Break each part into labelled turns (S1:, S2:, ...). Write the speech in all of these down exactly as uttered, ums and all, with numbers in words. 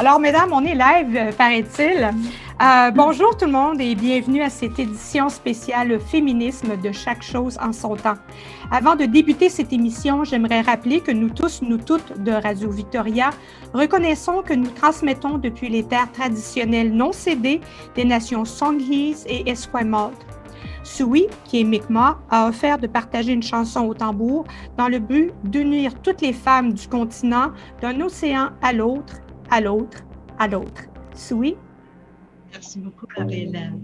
S1: Alors, mesdames, on est live, euh, paraît-il. Euh, bonjour tout le monde et bienvenue à cette édition spéciale Féminisme de chaque chose en son temps. Avant de débuter cette émission, j'aimerais rappeler que nous tous, nous toutes de Radio Victoria, reconnaissons que nous transmettons depuis les terres traditionnelles non cédées des nations Songhees et Esquimalt. Sui, qui est Mi'kmaq, a offert de partager une chanson au tambour dans le but d'unir toutes les femmes du continent d'un océan à l'autre, à l'autre, à l'autre. Sui.
S2: Merci beaucoup, Marie-Hélène.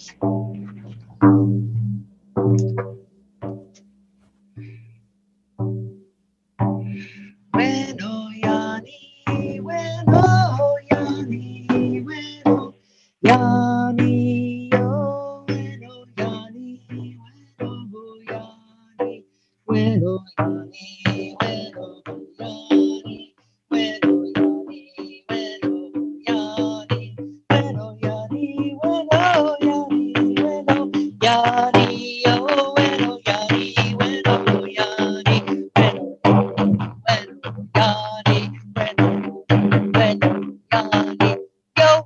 S2: Bueno, Yani, bueno, Yani, bueno, Yani, yo, bueno, Yani, bueno, Yani, bueno, Yani, bueno, Yani, bueno, Yani, bueno, Yani, bueno, Yani, bueno, Yani, bueno, Yani, yo, bueno, Yani, bueno, Yani, bueno, bueno, Yani, bueno, bueno, Yani, yo,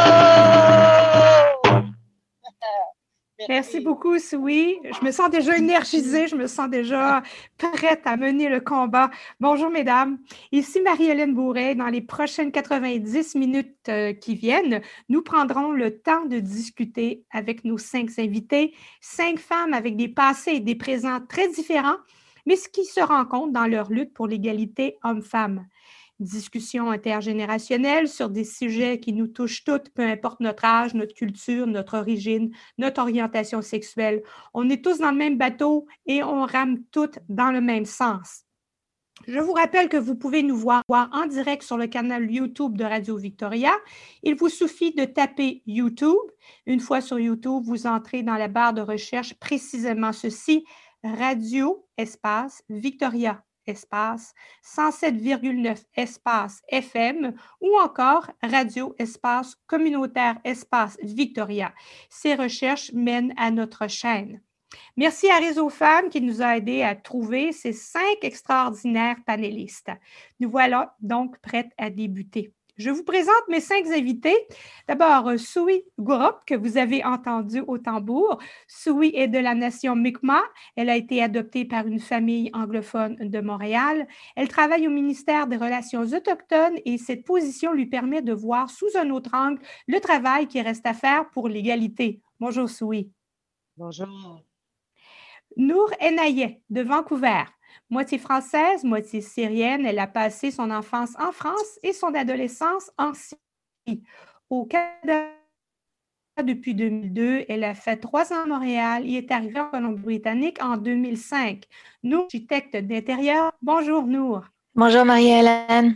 S2: oh!
S1: Merci beaucoup, Sui. Je me sens déjà énergisée, je me sens déjà prête à mener le combat. Bonjour, mesdames. Ici Marie-Hélène Bourret. Dans les prochaines quatre-vingt-dix minutes euh, qui viennent, nous prendrons le temps de discuter avec nos cinq invités, cinq femmes avec des passés et des présents très différents, mais ce qui se rencontrent dans leur lutte pour l'égalité homme-femme. Discussion intergénérationnelle sur des sujets qui nous touchent toutes, peu importe notre âge, notre culture, notre origine, notre orientation sexuelle. On est tous dans le même bateau et on rame toutes dans le même sens. Je vous rappelle que vous pouvez nous voir en direct sur le canal YouTube de Radio Victoria. Il vous suffit de taper YouTube. Une fois sur YouTube, vous entrez dans la barre de recherche précisément ceci, Radio espace Victoria espace cent sept virgule neuf espace F M ou encore Radio espace communautaire espace Victoria. Ces recherches mènent à notre chaîne. Merci à Réseau Femmes qui nous a aidés à trouver ces cinq extraordinaires panélistes. Nous voilà donc prêtes à débuter. Je vous présente mes cinq invités. D'abord, Sui Gourup, que vous avez entendu au tambour. Sui est de la nation Mi'kmaq. Elle a été adoptée par une famille anglophone de Montréal. Elle travaille au ministère des Relations autochtones et cette position lui permet de voir sous un autre angle le travail qui reste à faire pour l'égalité. Bonjour, Sui.
S2: Bonjour.
S1: Nour Enayeh, de Vancouver. Moitié française, moitié syrienne, elle a passé son enfance en France et son adolescence en Syrie. Au Canada depuis deux mille deux, elle a fait trois ans à Montréal et est arrivée en Colombie-Britannique en deux mille cinq. Nour, architecte d'intérieur. Bonjour, Nour.
S3: Bonjour, Marie-Hélène.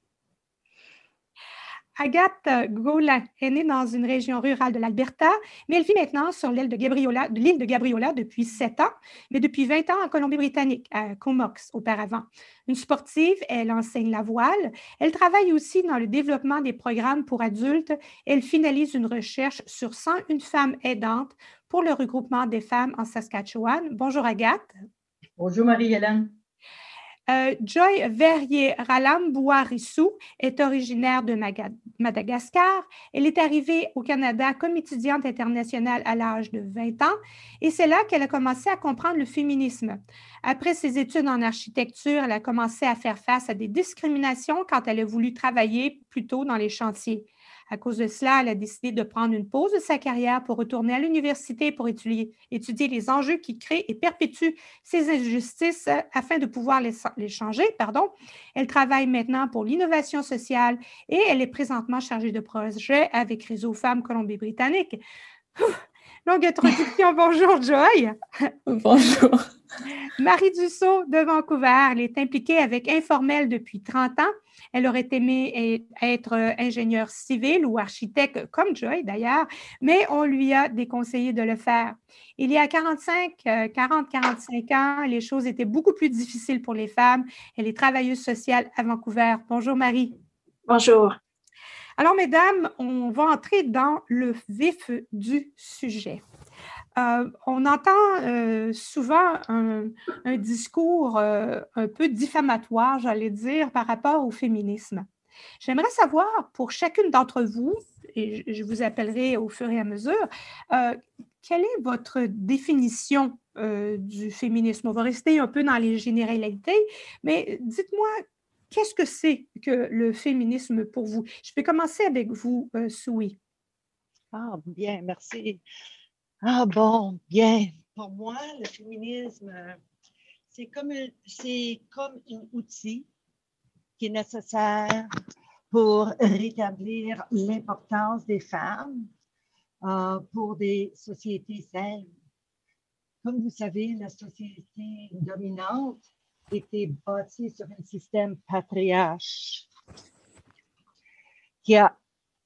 S1: Agathe Gaulin est née dans une région rurale de l'Alberta, mais elle vit maintenant sur l'île de Gabriola, de l'île de Gabriola depuis sept ans, mais depuis vingt ans en Colombie-Britannique, à Comox auparavant. Une sportive, elle enseigne la voile. Elle travaille aussi dans le développement des programmes pour adultes. Elle finalise une recherche sur cent une femmes aidantes pour le regroupement des femmes en Saskatchewan. Bonjour Agathe.
S4: Bonjour Marie-Hélène.
S1: Euh, Joy Verrier-Ralam-Bouarissou est originaire de Madagascar. Elle est arrivée au Canada comme étudiante internationale à l'âge de vingt ans et c'est là qu'elle a commencé à comprendre le féminisme. Après ses études en architecture, elle a commencé à faire face à des discriminations quand elle a voulu travailler plus tôt dans les chantiers. À cause de cela, elle a décidé de prendre une pause de sa carrière pour retourner à l'université pour étudier, étudier les enjeux qui créent et perpétuent ces injustices afin de pouvoir les, les changer. Pardon. Elle travaille maintenant pour l'innovation sociale et elle est présentement chargée de projet avec Réseau Femmes Colombie-Britannique. Longue introduction. Bonjour, Joy.
S3: Bonjour.
S1: Marie Dussault de Vancouver. Elle est impliquée avec Informel depuis trente ans. Elle aurait aimé être ingénieure civile ou architecte, comme Joy d'ailleurs, mais on lui a déconseillé de le faire. Il y a quarante-cinq, quarante, quarante-cinq ans, les choses étaient beaucoup plus difficiles pour les femmes. Elle est travailleuse sociale à Vancouver. Bonjour, Marie.
S3: Bonjour.
S1: Alors, mesdames, on va entrer dans le vif du sujet. Euh, on entend euh, souvent un, un discours euh, un peu diffamatoire, j'allais dire, par rapport au féminisme. J'aimerais savoir, pour chacune d'entre vous, et je vous appellerai au fur et à mesure, euh, quelle est votre définition euh, du féminisme? On va rester un peu dans les généralités, mais dites-moi, qu'est-ce que c'est que le féminisme pour vous? Je vais commencer avec vous, euh, Soui.
S2: Ah, bien, merci. Ah, bon, bien. Pour moi, le féminisme, euh, c'est comme un, c'est comme un outil qui est nécessaire pour rétablir l'importance des femmes euh, pour des sociétés saines. Comme vous savez, la société dominante était bâtie sur un système patriarche qui a,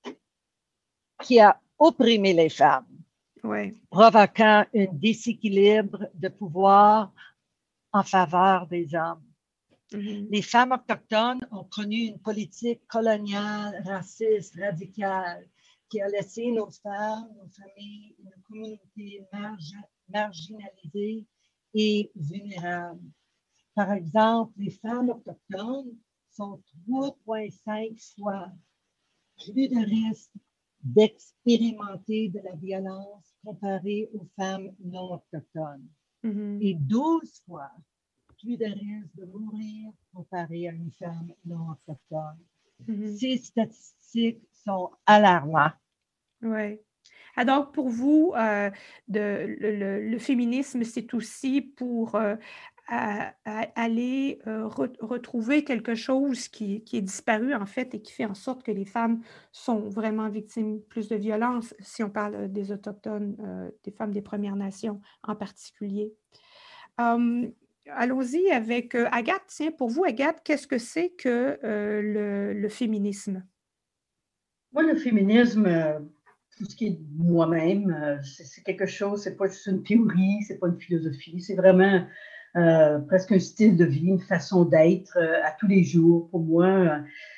S2: qui a opprimé les femmes,
S1: Ouais.
S2: provoquant un déséquilibre de pouvoir en faveur des hommes.
S1: Mm-hmm.
S2: Les femmes autochtones ont connu une politique coloniale, raciste, radicale, qui a laissé nos femmes, nos familles, nos communautés marg marginalisées et vulnérables. Par exemple, les femmes autochtones sont trois virgule cinq fois plus de risque d'expérimenter de la violence comparée aux femmes non autochtones
S1: Mm-hmm.
S2: et douze fois plus de risque de mourir comparé à une femme non autochtone.
S1: Mm-hmm.
S2: Ces statistiques sont alarmantes.
S1: Oui. Ah, donc, pour vous, euh, de, le, le, le féminisme, c'est aussi pour euh, à, à aller euh, re, retrouver quelque chose qui, qui est disparu, en fait, et qui fait en sorte que les femmes sont vraiment victimes plus de violence, si on parle des Autochtones, euh, des femmes des Premières Nations en particulier. Um, allons-y avec euh, Agathe. Tiens, pour vous, Agathe, qu'est-ce que c'est que euh, le, le féminisme?
S4: Moi, le féminisme, euh, tout ce qui est moi-même, euh, c'est quelque chose, c'est pas juste une théorie, c'est pas une philosophie, c'est vraiment euh, presque un style de vie, une façon d'être euh, à tous les jours. Pour moi, euh,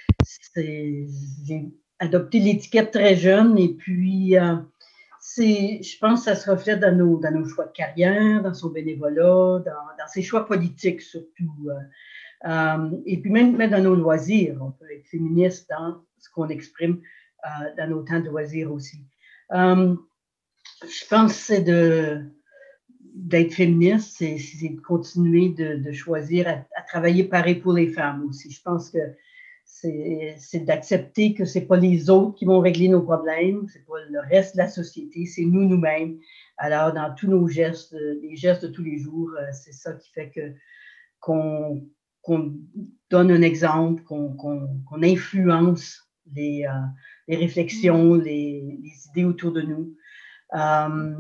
S4: j'ai adopté l'étiquette très jeune et puis euh, je pense que ça se reflète dans nos, dans nos choix de carrière, dans son bénévolat, dans, dans ses choix politiques surtout. Euh, euh, et puis même, même dans nos loisirs, on peut être féministe dans ce qu'on exprime euh, dans nos temps de loisirs aussi. Euh, je pense que c'est de d'être féministe, c'est de continuer de, de choisir à, à travailler pareil pour les femmes aussi. Je pense que c'est d'accepter que ce n'est pas les autres qui vont régler nos problèmes, ce n'est pas le reste de la société, c'est nous, nous-mêmes. Alors, dans tous nos gestes, les gestes de tous les jours, c'est ça qui fait que qu'on qu'on donne un exemple, qu'on qu'on, qu'on influence les, euh, les réflexions, les, les idées autour de nous. Euh,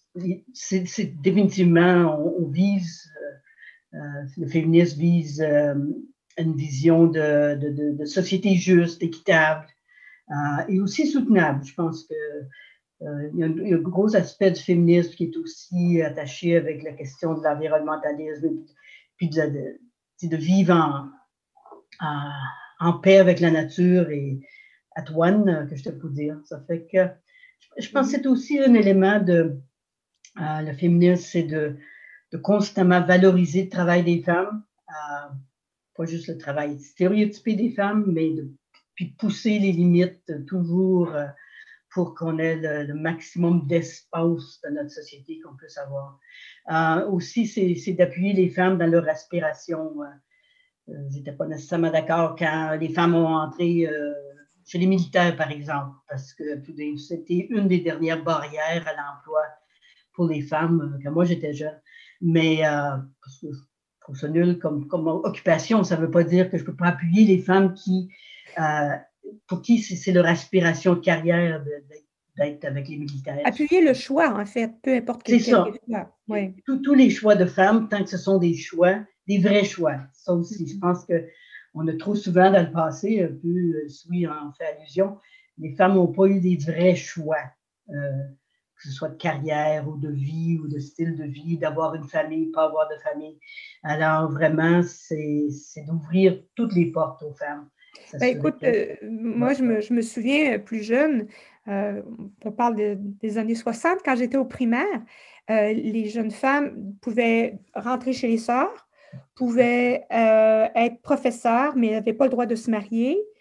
S4: c'est définitivement, on, on vise, euh, le féminisme vise euh, une vision de, de, de, de société juste, équitable euh, et aussi soutenable. Je pense que euh, il y a un, il y a un gros aspect du féminisme qui est aussi attaché avec la question de l'environnementalisme, puis de, de, de vivre en, en, en paix avec la nature et at one, que je te peux dire. Ça fait que je pense que c'est aussi un élément de euh, le féminisme, c'est de, de constamment valoriser le travail des femmes, euh, pas juste le travail stéréotypé des femmes, mais de puis pousser les limites toujours euh, pour qu'on ait le, le maximum d'espace dans notre société qu'on puisse avoir. Euh, aussi, c'est d'appuyer les femmes dans leur aspiration. Euh, je n'étais pas nécessairement d'accord quand les femmes ont entré euh, chez les militaires, par exemple, parce que c'était une des dernières barrières à l'emploi pour les femmes quand moi j'étais jeune. Mais euh, parce que je trouve ça nul comme, comme occupation, ça ne veut pas dire que je ne peux pas appuyer les femmes qui, euh, pour qui c'est leur aspiration de carrière d'être avec les militaires.
S1: Appuyer le choix, en fait, peu importe quel,
S4: quel choix.
S1: Ouais.
S4: Tous, tous les choix de femmes, tant que ce sont des choix, des vrais choix. Ça aussi, mm-hmm. Je pense qu'on a trop souvent dans le passé, un peu, oui, en fait allusion, les femmes n'ont pas eu des vrais choix. Euh, que ce soit de carrière ou de vie ou de style de vie, d'avoir une famille, pas avoir de famille. Alors, vraiment, c'est d'ouvrir toutes les portes aux femmes.
S1: Ben, écoute, euh, moi, je me, je me souviens plus jeune, euh, on parle de, des années soixante, quand j'étais au primaire, euh, les jeunes femmes pouvaient rentrer chez les sœurs, pouvaient euh, être professeurs, mais n'avaient pas le droit de se marier.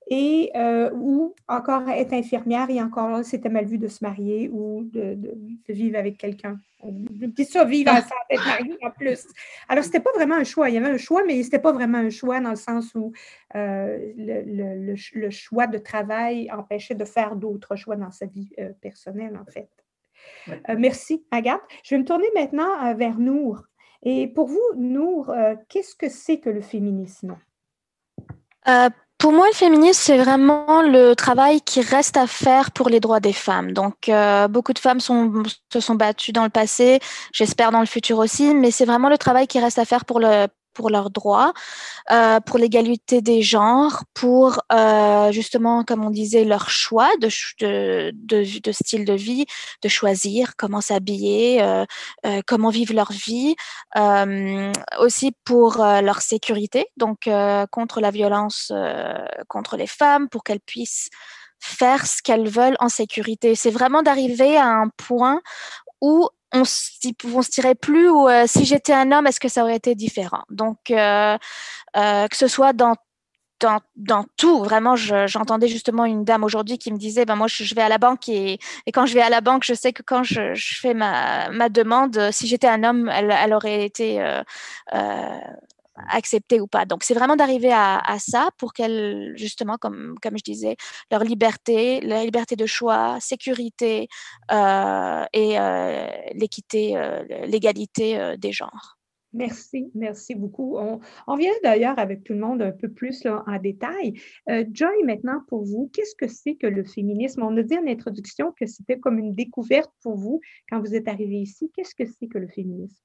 S1: et euh, ou encore être infirmière et encore là, c'était mal vu de se marier ou de, de, de vivre avec quelqu'un. Puis ça, vivre sans être marié en plus. Alors, c'était pas vraiment un choix. Il y avait un choix, mais c'était pas vraiment un choix dans le sens où euh, le, le, le, le choix de travail empêchait de faire d'autres choix dans sa vie euh, personnelle, en fait.
S4: Ouais.
S1: Euh, merci, Agathe. Je vais me tourner maintenant euh, vers Nour. Et pour vous, Nour, euh, qu'est-ce que c'est que le féminisme?
S3: Euh, pour moi, le féminisme, c'est vraiment le travail qui reste à faire pour les droits des femmes. Donc, euh, beaucoup de femmes sont, se sont battues dans le passé, j'espère dans le futur aussi, mais c'est vraiment le travail qui reste à faire pour le pour leurs droits, euh, pour l'égalité des genres, pour euh, justement, comme on disait, leur choix de, de, de, de style de vie, de choisir comment s'habiller, euh, euh, comment vivre leur vie, euh, aussi pour euh, leur sécurité, donc euh, contre la violence euh, contre les femmes, pour qu'elles puissent faire ce qu'elles veulent en sécurité. C'est vraiment d'arriver à un point où on ne se dirait plus où, euh, si j'étais un homme, est-ce que ça aurait été différent? Donc, euh, euh, que ce soit dans, dans, dans tout, vraiment, je, j'entendais justement une dame aujourd'hui qui me disait, ben moi, je, je vais à la banque et, et quand je vais à la banque, je sais que quand je, je fais ma, ma demande, si j'étais un homme, elle, elle aurait été... Euh, euh, accepter ou pas. Donc, c'est vraiment d'arriver à, à ça pour qu'elles, justement, comme, comme je disais, leur liberté, leur liberté de choix, sécurité euh, et euh, l'équité, euh, l'égalité euh, des genres.
S1: Merci, merci beaucoup. On, on vient d'ailleurs avec tout le monde un peu plus là, en détail. Euh, Joy, maintenant, pour vous, qu'est-ce que c'est que le féminisme? On a dit en introduction que c'était comme une découverte pour vous quand vous êtes arrivé ici. Qu'est-ce que c'est que le féminisme?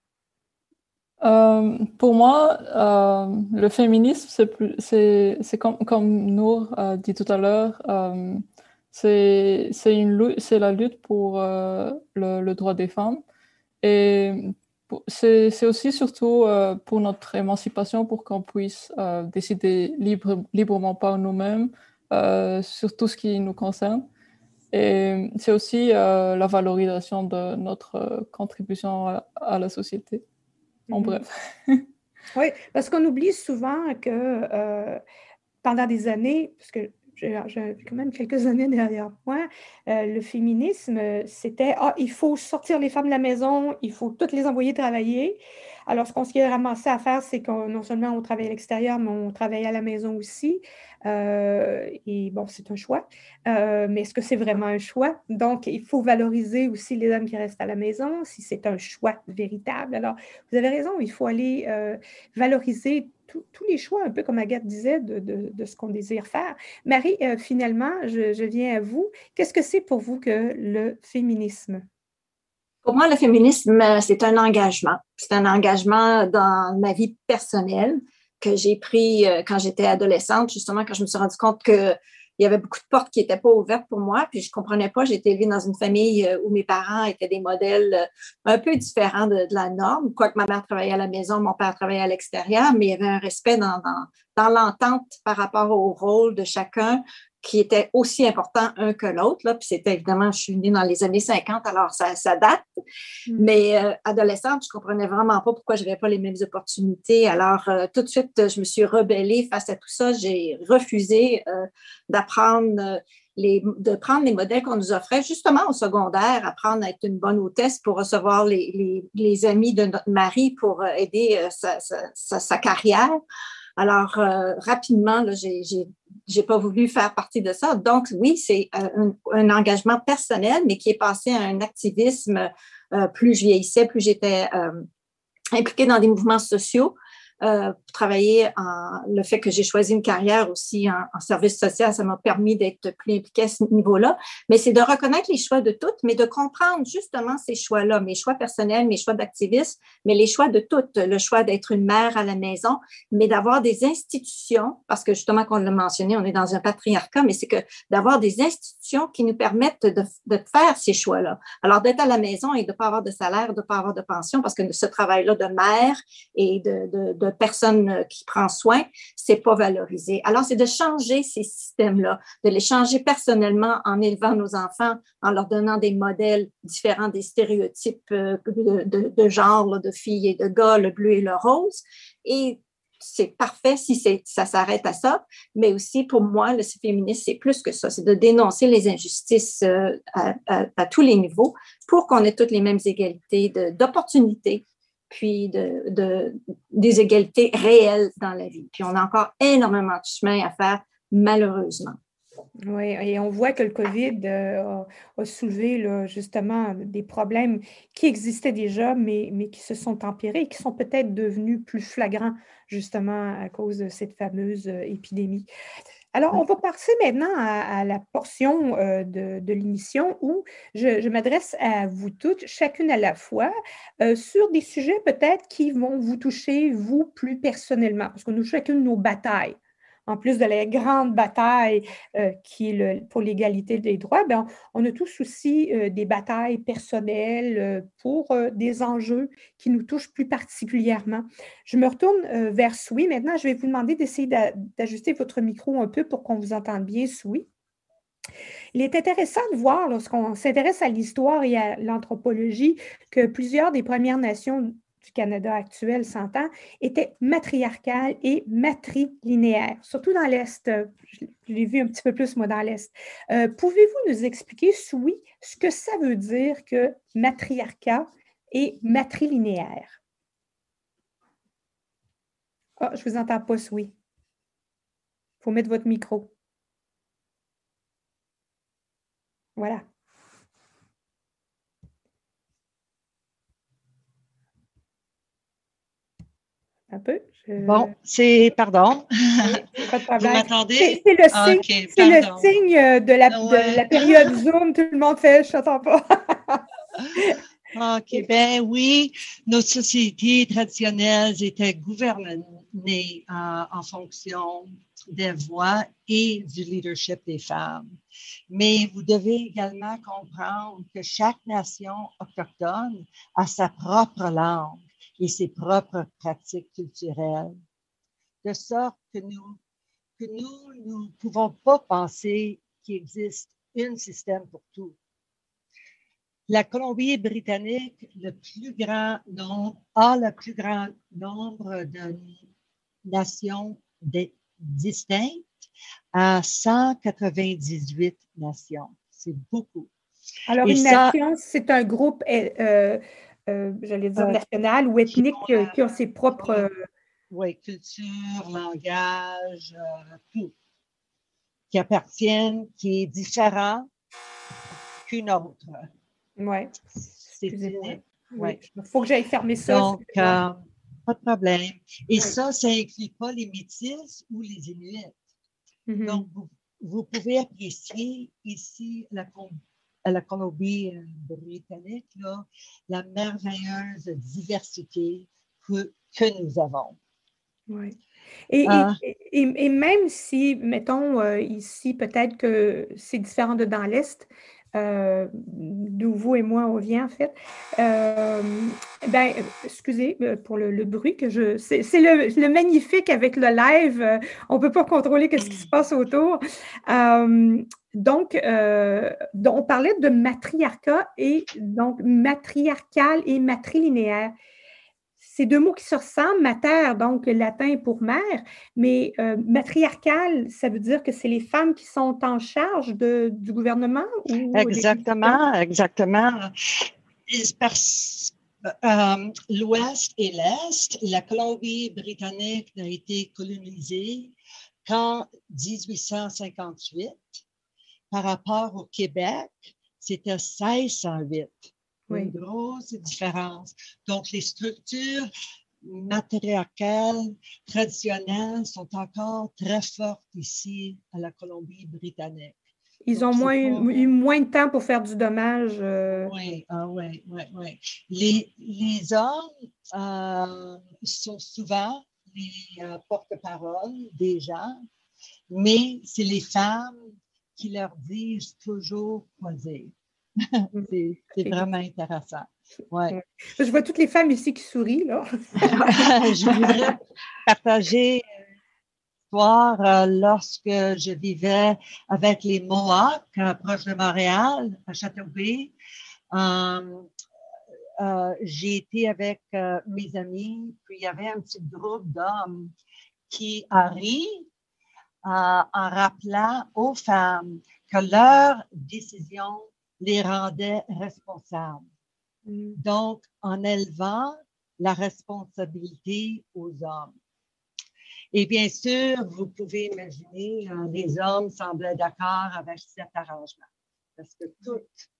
S5: Euh, pour moi, euh, le féminisme, c'est plus, c'est, c'est comme, comme Nour a dit tout à l'heure, euh, c'est, c'est une lutte, c'est la lutte pour euh, le, le droit des femmes. Et pour- c'est, c'est aussi surtout euh, pour notre émancipation, pour qu'on puisse euh, décider libre, librement par nous-mêmes euh, sur tout ce qui nous concerne. Et c'est aussi euh, la valorisation de notre euh, contribution à, à la société. En
S1: Mhm.
S5: bref.
S1: Oui, parce qu'on oublie souvent que euh, pendant des années, parce que j'ai j'ai quand même quelques années derrière moi, euh, le féminisme, c'était ah, il faut sortir les femmes de la maison, il faut toutes les envoyer travailler. Alors, ce qu'on s'est ramassé à faire, c'est qu'on non seulement on travaille à l'extérieur, mais on travaille à la maison aussi. Euh, et bon, c'est un choix. Euh, mais est-ce que c'est vraiment un choix? Donc, il faut valoriser aussi les hommes qui restent à la maison, si c'est un choix véritable. Alors, vous avez raison, il faut aller euh, valoriser tous les choix, un peu comme Agathe disait, de, de, de ce qu'on désire faire. Marie, euh, finalement, je, je viens à vous. Qu'est-ce que c'est pour vous que le féminisme?
S6: Pour moi, le féminisme, c'est un engagement. C'est un engagement dans ma vie personnelle que j'ai pris quand j'étais adolescente, justement, quand je me suis rendu compte que il y avait beaucoup de portes qui n'étaient pas ouvertes pour moi, puis je ne comprenais pas. J'ai été élevée dans une famille où mes parents étaient des modèles un peu différents de, de la norme. Quoique ma mère travaillait à la maison, mon père travaillait à l'extérieur, mais il y avait un respect dans, dans, dans l'entente par rapport au rôle de chacun qui était aussi important un que l'autre. Là. Puis c'était évidemment, je suis née dans les années cinquante, alors ça, ça date. Mm. Mais euh, adolescente, je ne comprenais vraiment pas pourquoi je n'avais pas les mêmes opportunités. Alors, euh, tout de suite, je me suis rebellée face à tout ça. J'ai refusé euh, d'apprendre, euh, les, de prendre les modèles qu'on nous offrait, justement au secondaire, apprendre à être une bonne hôtesse pour recevoir les, les, les amis de notre mari pour euh, aider euh, sa, sa, sa, sa carrière. Alors, euh, rapidement, là, j'ai, j'ai, j'ai pas voulu faire partie de ça. Donc, oui, c'est un, un engagement personnel, mais qui est passé à un activisme. Euh, plus je vieillissais, plus j'étais euh, impliquée dans des mouvements sociaux. Euh, pour travailler en, le fait que j'ai choisi une carrière aussi en, en service social, ça m'a permis d'être plus impliquée à ce niveau-là. Mais c'est de reconnaître les choix de toutes, mais de comprendre justement ces choix-là, mes choix personnels, mes choix d'activisme, mais les choix de toutes, le choix d'être une mère à la maison, mais d'avoir des institutions, parce que justement, qu'on l'a mentionné, on est dans un patriarcat, mais c'est que d'avoir des institutions qui nous permettent de, de faire ces choix-là. Alors, d'être à la maison et de ne pas avoir de salaire, de ne pas avoir de pension, parce que ce travail-là de mère et de, de, de personne qui prend soin, c'est pas valorisé. Alors, c'est de changer ces systèmes-là, de les changer personnellement en élevant nos enfants, en leur donnant des modèles différents des stéréotypes de, de, de genre, là, de filles et de gars, le bleu et le rose, et c'est parfait si c'est, ça s'arrête à ça, mais aussi pour moi, le féminisme, c'est plus que ça, c'est de dénoncer les injustices euh, à, à, à tous les niveaux pour qu'on ait toutes les mêmes égalités de, d'opportunités, puis de, de, des égalités réelles dans la vie. Puis on a encore énormément de chemin à faire, malheureusement.
S1: Oui, et on voit que le COVID euh, a, a soulevé là, justement des problèmes qui existaient déjà, mais, mais qui se sont empirés et qui sont peut-être devenus plus flagrants justement à cause de cette fameuse euh, épidémie. Alors, on va passer maintenant à, à la portion euh, de, de l'émission où je, je m'adresse à vous toutes, chacune à la fois, euh, sur des sujets peut-être qui vont vous toucher, vous, plus personnellement, parce que nous, chacune, nos batailles. En plus de la grande bataille euh, qui est le, pour l'égalité des droits, bien, on, on a tous aussi euh, des batailles personnelles euh, pour euh, des enjeux qui nous touchent plus particulièrement. Je me retourne euh, vers Soui. Maintenant, je vais vous demander d'essayer d'a- d'ajuster votre micro un peu pour qu'on vous entende bien, Soui. Il est intéressant de voir, lorsqu'on s'intéresse à l'histoire et à l'anthropologie, que plusieurs des Premières Nations du Canada actuel, s'entend, étaient matriarcales et matrilinéaires, surtout dans l'Est. Je l'ai vu un petit peu plus, moi, dans l'Est. Euh, pouvez-vous nous expliquer, Soui, ce que ça veut dire que matriarcat et matrilinéaire? Ah, je ne vous entends pas, Soui. Il faut mettre votre micro. Voilà. Un peu. Je...
S2: Bon, c'est, pardon.
S1: Oui, pas de problème.
S2: Vous m'entendez?
S1: C'est, c'est le signe,
S2: Ah, OK,
S1: c'est le
S2: pardon.
S1: signe de la,
S2: Ouais.
S1: de la période Zoom. Tout le monde fait, je t'entends pas.
S2: OK, ben oui, nos sociétés traditionnelles étaient gouvernées euh, en fonction des voix et du leadership des femmes. Mais vous devez également comprendre que chaque nation autochtone a sa propre langue et ses propres pratiques culturelles. De sorte que nous, que nous, nous ne pouvons pas penser qu'il existe un système pour tout. La Colombie-Britannique, le plus grand nombre, a le plus grand nombre de nations distinctes à cent quatre-vingt-dix-huit nations. C'est beaucoup.
S1: Alors,
S2: Et
S1: une
S2: ça,
S1: nation, c'est un groupe, euh, euh, j'allais dire
S2: euh,
S1: national ou ethnique qui,
S2: ont,
S1: qui ont ses propres...
S2: euh, oui, culture, langage, euh, tout, qui appartiennent, qui est différent qu'une autre.
S1: Oui.
S2: C'est
S1: Excusez-moi.
S2: une,
S1: Oui.
S2: ouais.
S1: Il faut que j'aille fermer ça.
S2: Donc, euh, pas de problème. Et
S1: Oui.
S2: ça, ça n'inclut pas les Métis ou les Inuits.
S1: Mm-hmm.
S2: Donc, vous, vous pouvez apprécier ici la, à la Colombie-Britannique là, la merveilleuse diversité que, que nous avons.
S1: Oui. Et, euh, et, et, et même si, mettons, euh, ici, peut-être que c'est différent de dans l'Est, euh, d'où vous et moi on vient en fait. Euh, ben, excusez pour le, le bruit que je. C'est, c'est le, le magnifique avec le live. Euh, on ne peut pas contrôler ce qui se passe autour. Euh, donc, euh, donc, on parlait de matriarcat et donc matriarcal et matrilinéaire. C'est deux mots qui se ressemblent, mater, donc latin pour mère, mais euh, matriarcal, ça veut dire que c'est les femmes qui sont en charge de, du gouvernement? Ou
S2: exactement, exactement. Parce, euh, l'Ouest et l'Est, la Colombie-Britannique n'a été colonisée qu'en dix-huit cent cinquante-huit. Par rapport au Québec, c'était seize cent huit.
S1: Oui.
S2: Une grosse différence. Donc, les structures matriarcales traditionnelles sont encore très fortes ici à la Colombie-Britannique.
S1: Ils Donc, ont moins, pas... eu moins de temps pour faire du dommage. Euh...
S2: Oui, ah, oui, oui, oui. Les, les hommes euh, sont souvent les euh, porte-parole des gens, mais c'est les femmes qui leur disent toujours quoi dire. c'est, c'est vraiment intéressant. Ouais.
S1: Je vois toutes les femmes ici qui sourient, là.
S2: Je voudrais partager une histoire euh, lorsque je vivais avec les Mohawks, euh, proche de Montréal, à Châteauguay. Euh, euh, j'ai été avec euh, mes amis, puis il y avait un petit groupe d'hommes qui a ri euh, en rappelant aux femmes que leur décision les rendait responsables. Mm. Donc, en élevant la responsabilité aux hommes. Et bien sûr, vous pouvez imaginer, euh, les hommes semblaient d'accord avec cet arrangement, parce que tout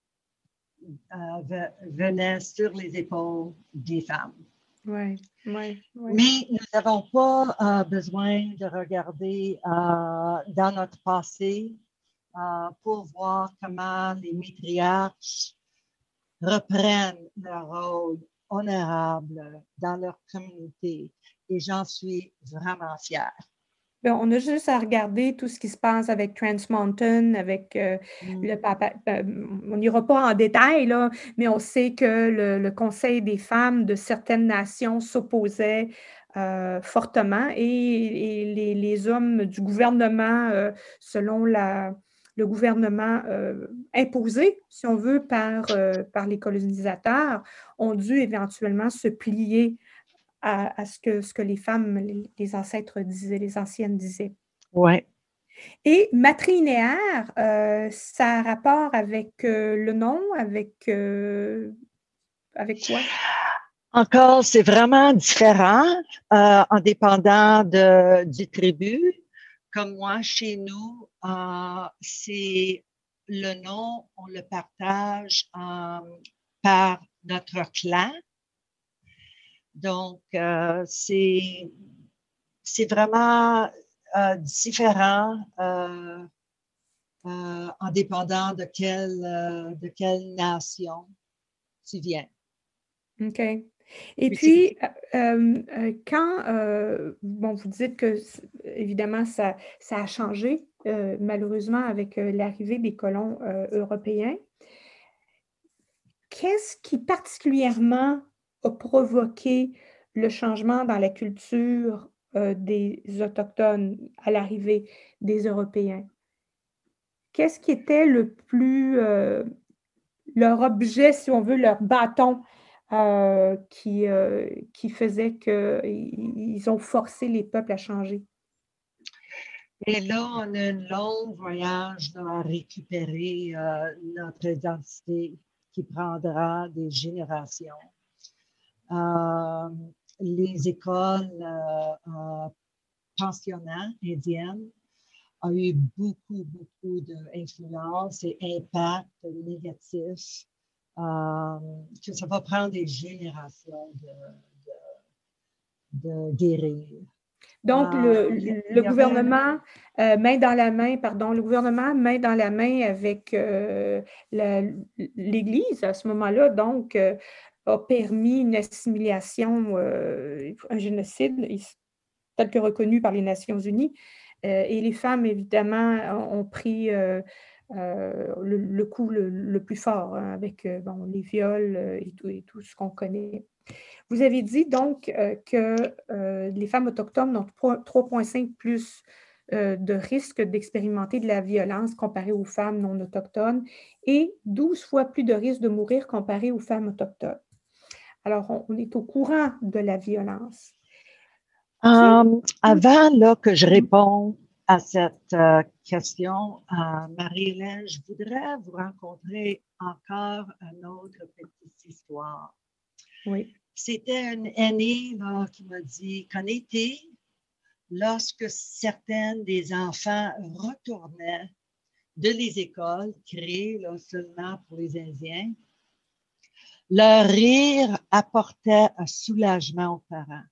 S2: euh, venait sur les épaules des femmes.
S1: Oui, oui, oui.
S2: Mais nous n'avons pas euh, besoin de regarder euh, dans notre passé euh, pour voir comment les matriarches reprennent leur rôle honorable dans leur communauté. Et j'en suis vraiment fière.
S1: Bien, on a juste à regarder tout ce qui se passe avec Trans Mountain, avec euh, mm. le papa. Euh, on n'ira pas en détail, là, mais on sait que le, le Conseil des femmes de certaines nations s'opposait euh, fortement et, et les, les hommes du gouvernement, euh, selon la, le gouvernement euh, imposé, si on veut, par, euh, par les colonisateurs, ont dû éventuellement se plier À, à ce, que, ce que les femmes, les, les ancêtres disaient, les anciennes disaient.
S2: Oui.
S1: Et matrilinéaire, euh, ça a rapport avec euh, le nom, avec, euh, avec quoi?
S2: Encore, c'est vraiment différent euh, en dépendant de, du tribu. Comme moi, chez nous, euh, c'est le nom, on le partage euh, par notre clan. Donc, euh, c'est, c'est vraiment euh, différent euh, euh, en dépendant de quelle, euh, de quelle nation tu viens.
S1: OK. Et puis, puis euh, euh, quand, euh, bon, vous dites que, évidemment, ça, ça a changé, euh, malheureusement, avec euh, l'arrivée des colons euh, européens. Qu'est-ce qui particulièrement a provoqué le changement dans la culture euh, des Autochtones à l'arrivée des Européens? Qu'est-ce qui était le plus, euh, leur objet, si on veut, leur bâton euh, qui, euh, qui faisait qu'ils ont forcé les peuples à changer?
S2: Et là, on a un long voyage à récupérer euh, notre identité qui prendra des générations. Euh, les écoles euh, euh, pensionnats indiennes ont eu beaucoup, beaucoup d'influence et impact négatifs euh, que ça va prendre des générations de, de, de guérir.
S1: Donc, le, le, le gouvernement, euh, main dans la main, pardon, le gouvernement, main dans la main avec euh, l'Église à ce moment-là, donc, euh, a permis une assimilation, euh, un génocide, tel que reconnu par les Nations unies. Euh, et les femmes, évidemment, ont, ont pris euh, euh, le, le coup le, le plus fort, hein, avec euh, bon, les viols et tout, et tout ce qu'on connaît. Vous avez dit donc euh, que euh, les femmes autochtones ont trois virgule cinq plus euh, de risque d'expérimenter de la violence comparé aux femmes non autochtones et douze fois plus de risque de mourir comparé aux femmes autochtones. Alors, on, on est au courant de la violence.
S2: Um, avant là, que je réponde à cette euh, question, euh, Marie-Hélène, je voudrais vous rencontrer encore une autre petite histoire.
S1: Oui.
S2: C'était une aînée là, qui m'a dit qu'en été, lorsque certains des enfants retournaient de les écoles créées là, seulement pour les Indiens, leur rire apportait un soulagement aux parents.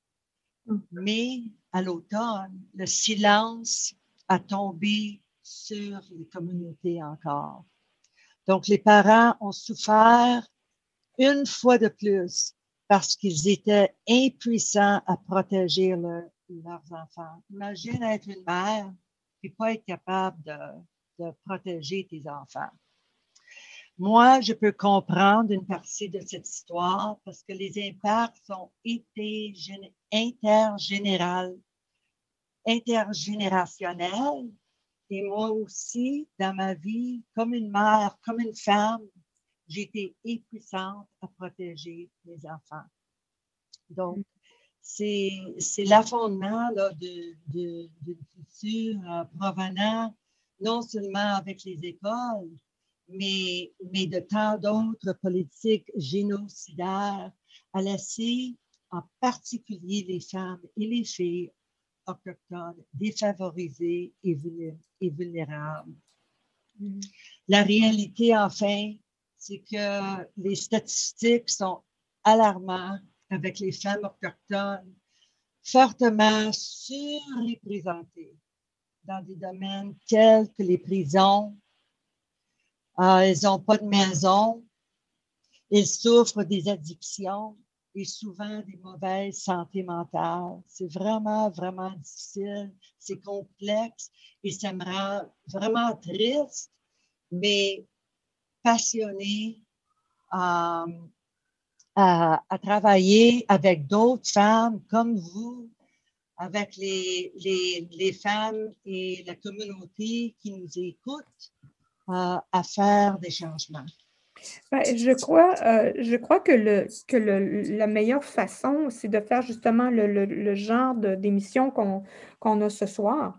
S2: Mais à l'automne, le silence a tombé sur les communautés encore. Donc, les parents ont souffert une fois de plus parce qu'ils étaient impuissants à protéger le, leurs enfants. Imagine être une mère et pas être capable de, de protéger tes enfants. Moi, je peux comprendre une partie de cette histoire parce que les impacts sont intergénéraux, intergénérationnels. Et moi aussi, dans ma vie, comme une mère, comme une femme, j'ai été impuissante à protéger mes enfants. Donc, c'est, c'est l'affondement là, de, de, de culture euh, provenant non seulement avec les écoles, mais, mais de tant d'autres politiques génocidaires à laisser en particulier les femmes et les filles autochtones défavorisées et, vulné- et vulnérables. Mm. La réalité, enfin, c'est que les statistiques sont alarmantes avec les femmes autochtones fortement surreprésentées dans des domaines tels que les prisons. Euh, elles n'ont pas de maison, elles souffrent des addictions et souvent des mauvaises santé mentale. C'est vraiment, vraiment difficile, c'est complexe et ça me rend vraiment triste, mais passionnée euh, à, à travailler avec d'autres femmes comme vous, avec les, les, les femmes et la communauté qui nous écoutent euh, à faire des changements.
S1: Ben, je crois, euh, je crois que, le, que le, la meilleure façon, c'est de faire justement le, le, le genre de, d'émission qu'on, qu'on a ce soir.